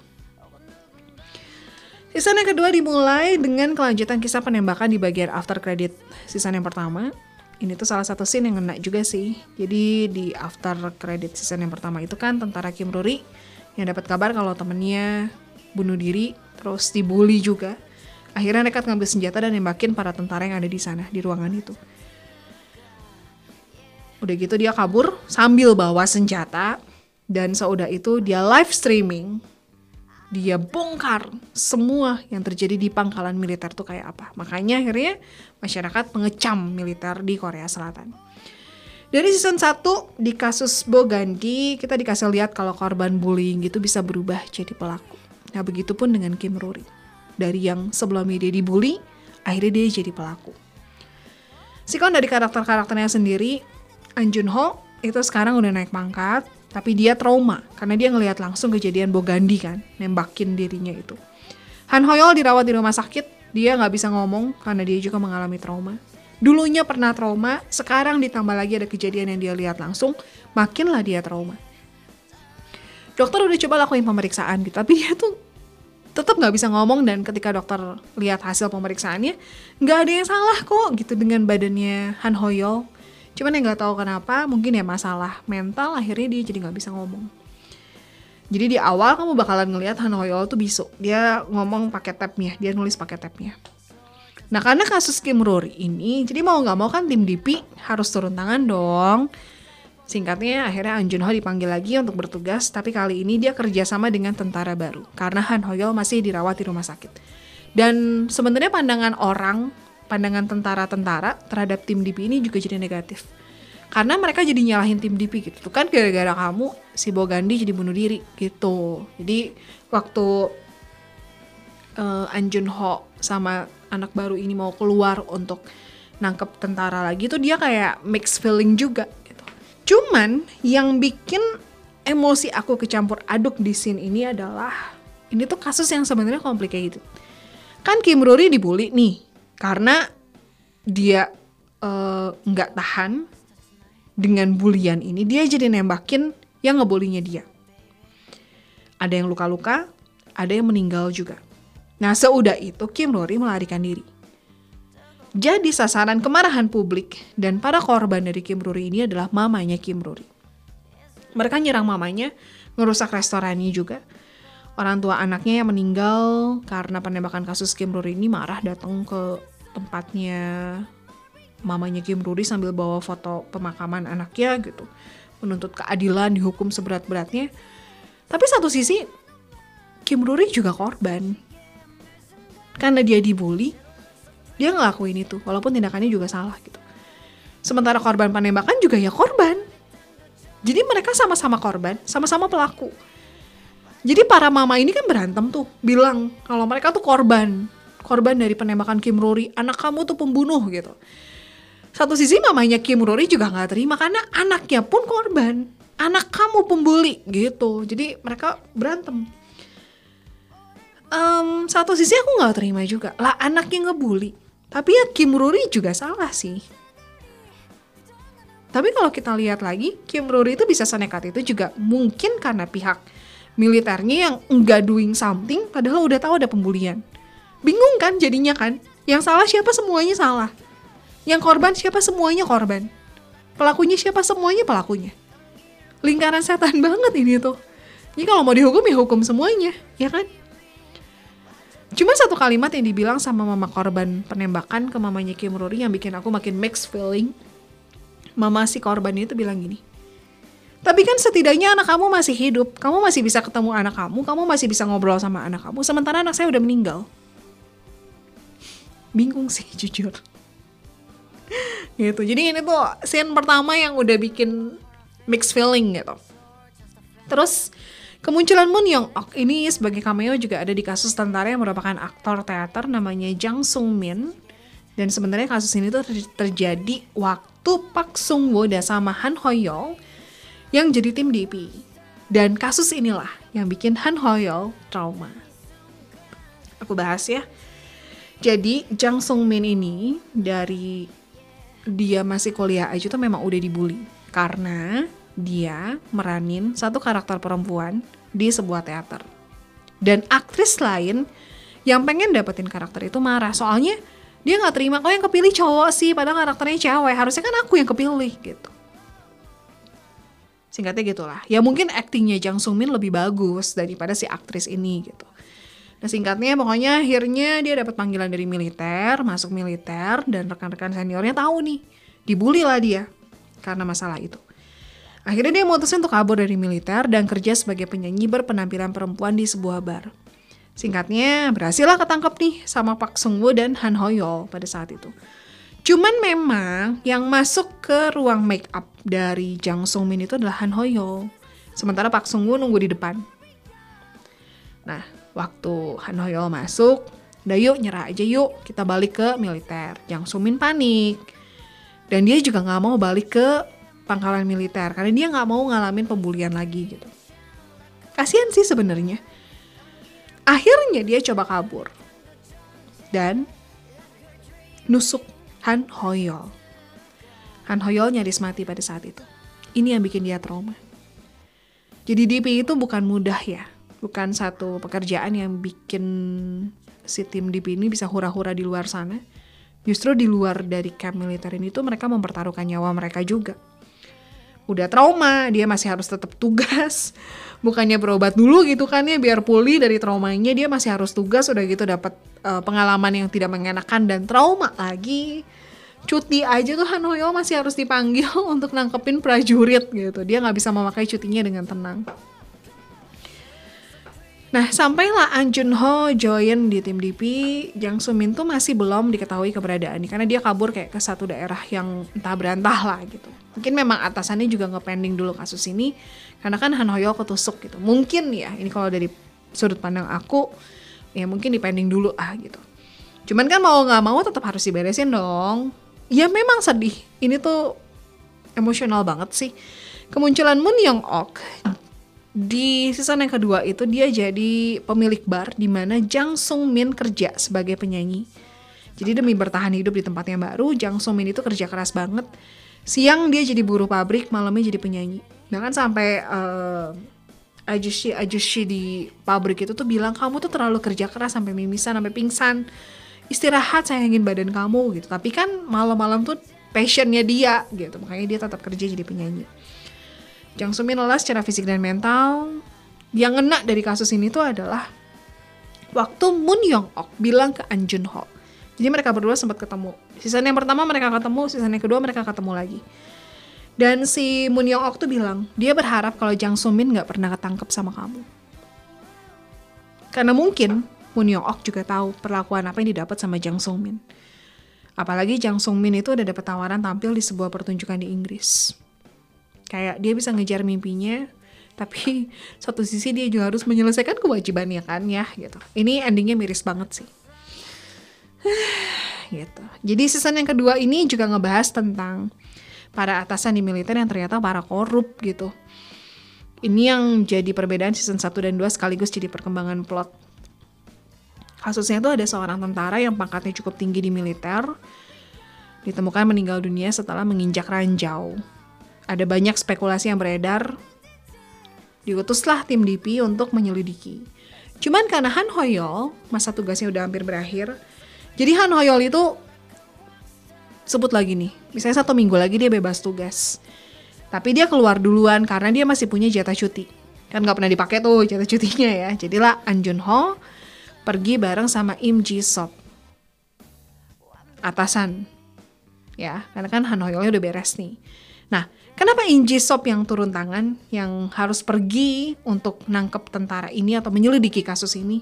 Season yang kedua dimulai dengan kelanjutan kisah penembakan di bagian after credit season yang pertama. Ini tuh salah satu scene yang ngena juga sih. Jadi di after credit season yang pertama itu kan tentara Kim Ruri yang dapat kabar kalau temennya bunuh diri, terus dibully juga. Akhirnya nekat ngambil senjata dan nembakin para tentara yang ada di sana, di ruangan itu. Udah gitu dia kabur sambil bawa senjata. Dan seudah itu dia live streaming. Dia bongkar semua yang terjadi di pangkalan militer tuh kayak apa. Makanya akhirnya masyarakat mengecam militer di Korea Selatan. Dari season 1 di kasus Bo Gandhi kita dikasih lihat kalau korban bullying gitu bisa berubah jadi pelaku. Nah begitupun dengan Kim Ruri. Dari yang sebelumnya dia dibully, akhirnya dia jadi pelaku. Sikon dari karakter-karakternya sendiri, An Jun Ho itu sekarang udah naik pangkat, tapi dia trauma karena dia ngelihat langsung kejadian Bo Gandhi kan, nembakin dirinya itu. Han Hoyol dirawat di rumah sakit, dia nggak bisa ngomong karena dia juga mengalami trauma. Dulunya pernah trauma, sekarang ditambah lagi ada kejadian yang dia lihat langsung, makinlah dia trauma. Dokter udah coba lakuin pemeriksaan gitu, tapi dia tuh tetap nggak bisa ngomong. Dan ketika dokter lihat hasil pemeriksaannya, nggak ada yang salah kok gitu dengan badannya Han Hoyol. Cuman yang nggak tahu kenapa, mungkin ya masalah mental, akhirnya dia jadi nggak bisa ngomong. Jadi di awal kamu bakalan ngelihat Han Hoyol tuh bisu, dia ngomong pakai tabnya, dia nulis pakai tabnya. Nah karena kasus Kim Ruri ini, jadi mau nggak mau kan tim DP harus turun tangan dong. Singkatnya akhirnya An Jun Ho dipanggil lagi untuk bertugas, tapi kali ini dia kerjasama dengan tentara baru karena Han Hoyol masih dirawat di rumah sakit. Dan sebenarnya pandangan tentara-tentara terhadap tim DP ini juga jadi negatif. Karena mereka jadi nyalahin tim DP gitu. Tuh kan gara-gara kamu si Bo Gandhi jadi bunuh diri gitu. Jadi waktu An Jun Ho sama anak baru ini mau keluar untuk nangkep tentara lagi tuh dia kayak mixed feeling juga. Cuman yang bikin emosi aku kecampur aduk di scene ini adalah ini tuh kasus yang sebenarnya complicated. Kan Kim Ruri dibully nih karena dia nggak tahan dengan bulian ini, dia jadi nembakin yang ngebulinya dia. Ada yang luka-luka, ada yang meninggal juga. Nah seudah itu Kim Ruri melarikan diri. Jadi sasaran kemarahan publik dan para korban dari Kim Ruri ini adalah mamanya Kim Ruri. Mereka nyerang mamanya, ngerusak restorannya juga. Orang tua anaknya yang meninggal karena penembakan kasus Kim Ruri ini marah datang ke tempatnya mamanya Kim Ruri sambil bawa foto pemakaman anaknya gitu. Menuntut keadilan, dihukum seberat-beratnya. Tapi satu sisi Kim Ruri juga korban. Karena dia dibully, dia ngelakuin itu, walaupun tindakannya juga salah gitu. Sementara korban penembakan juga ya korban. Jadi mereka sama-sama korban, sama-sama pelaku. Jadi para mama ini kan berantem tuh, bilang kalau mereka tuh korban dari penembakan Kim Ruri, anak kamu tuh pembunuh gitu. Satu sisi mamanya Kim Ruri juga gak terima karena anaknya pun korban, anak kamu pembuli gitu. Jadi mereka berantem. Satu sisi aku gak terima juga, lah anaknya ngebully. Tapi ya Kim Ruri juga salah sih. Tapi kalau kita lihat lagi, Kim Ruri itu bisa senekat itu juga mungkin karena pihak militernya yang enggak doing something padahal udah tahu ada pembulian. Bingung kan jadinya kan? Yang salah siapa, semuanya salah. Yang korban siapa, semuanya korban. Pelakunya siapa, semuanya pelakunya. Lingkaran setan banget ini tuh. Jadi kalau mau dihukum ya hukum semuanya, ya kan? Cuma satu kalimat yang dibilang sama mama korban penembakan ke mamanya Kim Ruri yang bikin aku makin mixed feeling. Mama si korban itu bilang gini, tapi kan setidaknya anak kamu masih hidup, kamu masih bisa ketemu anak kamu masih bisa ngobrol sama anak kamu, sementara anak saya udah meninggal. Bingung sih jujur. Gitu. Jadi ini tuh scene pertama yang udah bikin mixed feeling gitu. Terus kemunculan Moon Young Ok ini sebagai cameo juga ada di kasus tentara yang merupakan aktor teater namanya Jang Sung Min. Dan sebenarnya kasus ini tuh terjadi waktu Park Sung Woo sama Han Hoyol yang jadi tim DP. Dan kasus inilah yang bikin Han Hoyeol trauma. Aku bahas ya. Jadi Jang Sung Min ini dari dia masih kuliah aja tuh memang udah dibully. Karena dia meranin satu karakter perempuan di sebuah teater. Dan aktris lain yang pengen dapetin karakter itu marah. Soalnya dia gak terima, kok yang kepilih cowok sih, padahal karakternya cewek. Harusnya kan aku yang kepilih gitu. Singkatnya gitulah. Ya mungkin aktingnya Jang Sung Min lebih bagus daripada si aktris ini gitu. Nah singkatnya pokoknya akhirnya dia dapat panggilan dari militer, masuk militer, dan rekan-rekan seniornya tahu nih, dibully lah dia karena masalah itu. Akhirnya dia memutuskan untuk kabur dari militer dan kerja sebagai penyanyi berpenampilan perempuan di sebuah bar. Singkatnya berhasil lah ketangkep nih sama Park Sung Woo dan Han Hoyeol pada saat itu. Cuman memang yang masuk ke ruang make up dari Jang Sung Min itu adalah Han Hoyeol. Sementara Park Sung Woo nunggu di depan. Nah, waktu Han Hoyeol masuk, udah yuk nyerah aja yuk, kita balik ke militer. Jang Sung Min panik. Dan dia juga gak mau balik ke pangkalan militer, karena dia gak mau ngalamin pembulian lagi gitu. Kasian sih sebenarnya. Akhirnya dia coba kabur. Dan nusuk Han Hoyeol. Han Hoyeol nyaris mati pada saat itu. Ini yang bikin dia trauma. Jadi DP itu bukan mudah ya. Bukan satu pekerjaan yang bikin si tim DP ini bisa hura-hura di luar sana. Justru di luar dari camp militer ini tuh mereka mempertaruhkan nyawa mereka juga. Udah trauma, dia masih harus tetap tugas. Bukannya berobat dulu gitu kan ya, biar pulih dari traumanya, dia masih harus tugas. Udah gitu dapat pengalaman yang tidak mengenakan dan trauma lagi. Cuti aja tuh Han Hoyeol masih harus dipanggil untuk nangkepin prajurit gitu. Dia gak bisa memakai cutinya dengan tenang. Nah, sampailah An Junho join di tim DP, Jang Sung Min tuh masih belum diketahui keberadaannya karena dia kabur kayak ke satu daerah yang entah berantah lah gitu. Mungkin memang atasannya juga nge-pending dulu kasus ini karena kan Han Hoyeol ketusuk gitu. Mungkin ya, ini kalau dari sudut pandang aku, ya mungkin dipending dulu gitu. Cuman kan mau gak mau tetap harus diberesin dong. Ya memang sedih, ini tuh emosional banget sih. Kemunculan Moon Young Ok di season yang kedua itu dia jadi pemilik bar di mana Jang Sung Min kerja sebagai penyanyi. Jadi demi bertahan hidup di tempatnya baru, Jang Sung Min itu kerja keras banget. Siang dia jadi buruh pabrik, malamnya jadi penyanyi. Bahkan sampai ajushi di pabrik itu tuh bilang, kamu tuh terlalu kerja keras sampai mimisan, sampai pingsan. Istirahat, sayangin badan kamu gitu. Tapi kan malam-malam tuh passionnya dia gitu, makanya dia tetap kerja jadi penyanyi. Jang Sung Min lelah secara fisik dan mental. Yang ngena dari kasus ini tuh adalah waktu Moon Young Ok bilang ke An Junho. Jadi mereka berdua sempat ketemu. Season yang pertama mereka ketemu, season yang kedua mereka ketemu lagi. Dan si Moon Young Ok tuh bilang, dia berharap kalau Jang Sung Min gak pernah ketangkep sama kamu. Karena mungkin Moon Young Ok juga tahu perlakuan apa yang didapat sama Jang Sung Min. Apalagi Jang Sung Min itu udah dapat tawaran tampil di sebuah pertunjukan di Inggris. Kayak dia bisa ngejar mimpinya, tapi satu sisi dia juga harus menyelesaikan kewajibannya kan ya gitu. Ini endingnya miris banget sih. Gitu. Jadi season yang kedua ini juga ngebahas tentang para atasan di militer yang ternyata para korup gitu. Ini yang jadi perbedaan season 1 dan 2 sekaligus jadi perkembangan plot. Kasusnya tuh ada seorang tentara yang pangkatnya cukup tinggi di militer, ditemukan meninggal dunia setelah menginjak ranjau. Ada banyak spekulasi yang beredar. Diutuslah tim DP untuk menyelidiki. Cuman karena Han Hoyeol, masa tugasnya udah hampir berakhir. Jadi Han Hoyeol itu, sebut lagi nih, misalnya 1 minggu lagi dia bebas tugas. Tapi dia keluar duluan karena dia masih punya jatah cuti. Kan gak pernah dipakai tuh jatah cutinya ya. Jadilah An Junho pergi bareng sama Im Ji Sop. Atasan. Ya, karena kan Han Hoyeolnya udah beres nih. Nah, kenapa Im Ji Sop yang turun tangan, yang harus pergi untuk nangkep tentara ini atau menyelidiki kasus ini?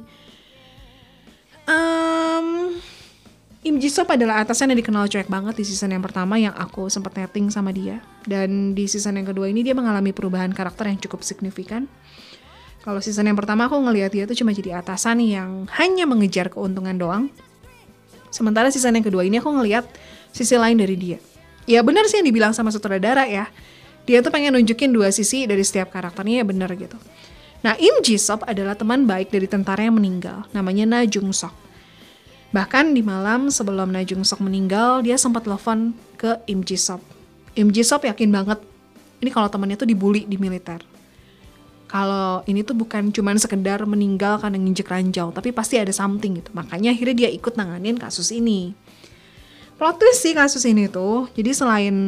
Im Ji Sop adalah atasan yang dikenal cuek banget di season yang pertama yang aku sempat netting sama dia. Dan di season yang kedua ini dia mengalami perubahan karakter yang cukup signifikan. Kalau season yang pertama aku ngelihat dia tuh cuma jadi atasan yang hanya mengejar keuntungan doang. Sementara season yang kedua ini aku ngelihat sisi lain dari dia. Ya benar sih yang dibilang sama sutradara ya. Dia tuh pengen nunjukin dua sisi dari setiap karakternya ya bener gitu. Nah, Im Ji-sop adalah teman baik dari tentara yang meninggal, namanya Na Jung-sok. Bahkan di malam sebelum Na Jung-sok meninggal, dia sempat telepon ke Im Ji-sop. Im Ji-sop yakin banget, ini kalau temannya tuh dibully di militer. Kalau ini tuh bukan cuman sekedar meninggal karena nginjek ranjau, tapi pasti ada something gitu. Makanya akhirnya dia ikut nanganin kasus ini. Plot twist sih kasus ini tuh, jadi selain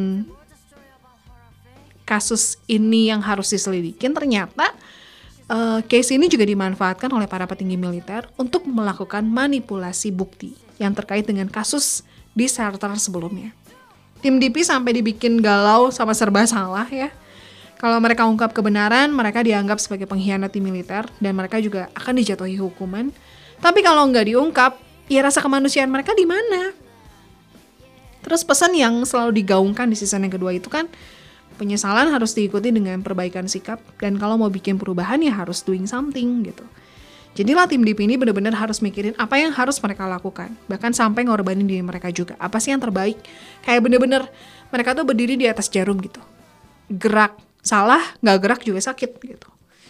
kasus ini yang harus diselidikin, ternyata case ini juga dimanfaatkan oleh para petinggi militer untuk melakukan manipulasi bukti yang terkait dengan kasus di shelter sebelumnya. Tim DP sampai dibikin galau sama serba salah ya. Kalau mereka ungkap kebenaran, mereka dianggap sebagai pengkhianat di militer dan mereka juga akan dijatuhi hukuman. Tapi kalau nggak diungkap, ya rasa kemanusiaan mereka di mana? Terus pesan yang selalu digaungkan di season yang kedua itu kan, penyesalan harus diikuti dengan perbaikan sikap, dan kalau mau bikin perubahan ya harus doing something gitu. Jadilah tim DP ini benar-benar harus mikirin apa yang harus mereka lakukan, bahkan sampai ngorbanin diri mereka juga. Apa sih yang terbaik? Kayak bener-bener mereka tuh berdiri di atas jarum gitu. Gerak salah, nggak gerak juga sakit gitu.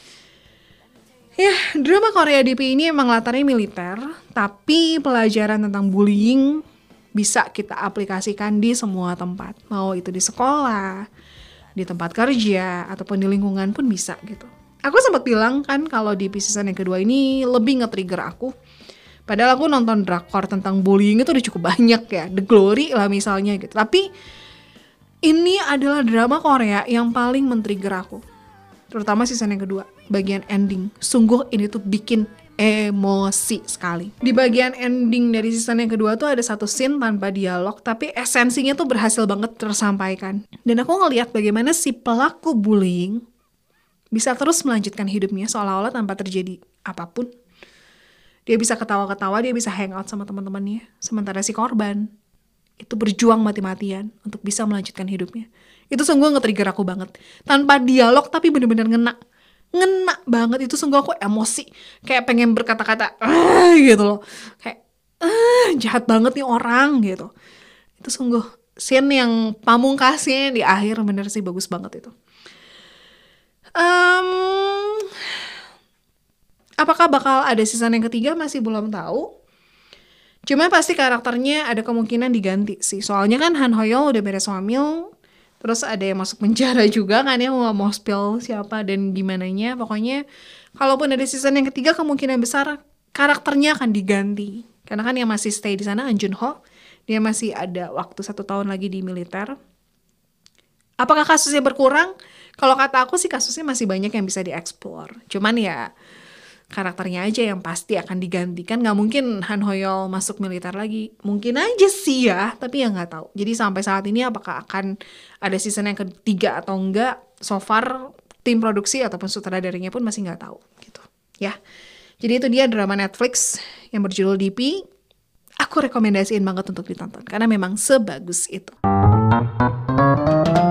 Ya, drama Korea DP ini emang latarnya militer, tapi pelajaran tentang bullying bisa kita aplikasikan di semua tempat. Mau itu di sekolah, di tempat kerja, ataupun di lingkungan pun bisa gitu. Aku sempat bilang kan kalau di season yang kedua ini lebih nge-trigger aku. Padahal aku nonton drakor tentang bullying itu udah cukup banyak ya. The Glory lah misalnya gitu. Tapi ini adalah drama Korea yang paling men-trigger aku. Terutama season yang kedua, bagian ending. Sungguh ini tuh bikin emosi sekali. Di bagian ending dari season yang kedua tuh ada satu scene tanpa dialog, tapi esensinya tuh berhasil banget tersampaikan. Dan aku ngelihat bagaimana si pelaku bullying bisa terus melanjutkan hidupnya seolah-olah tanpa terjadi apapun. Dia bisa ketawa-ketawa, dia bisa hangout sama teman-temannya. Sementara si korban itu berjuang mati-matian untuk bisa melanjutkan hidupnya. Itu sungguh nge-trigger aku banget. Tanpa dialog tapi bener-bener ngena banget. Itu sungguh aku emosi, kayak pengen berkata-kata gitu loh, kayak jahat banget nih orang gitu. Itu sungguh scene yang pamungkasnya di akhir bener sih bagus banget itu. Apakah bakal ada season yang ketiga masih belum tahu. Cuma pasti karakternya ada kemungkinan diganti sih. Soalnya kan Han Hoyeol udah beres hamil. Terus ada yang masuk penjara juga kan ya, mau spill siapa dan gimananya. Pokoknya kalaupun ada season yang ketiga kemungkinan besar karakternya akan diganti. Karena kan yang masih stay di sana Han Junho, dia masih ada waktu 1 tahun lagi di militer. Apakah kasusnya berkurang? Kalau kata aku sih kasusnya masih banyak yang bisa dieksplor. Cuman ya karakternya aja yang pasti akan digantikan. Gak mungkin Han Hoyeol masuk militer lagi. Mungkin aja sih ya, tapi ya gak tahu. Jadi sampai saat ini apakah akan ada season yang ketiga atau enggak, so far tim produksi ataupun sutradaranya pun masih gak tahu gitu ya. Jadi itu dia drama Netflix yang berjudul DP. Aku rekomendasiin banget untuk ditonton karena memang sebagus itu.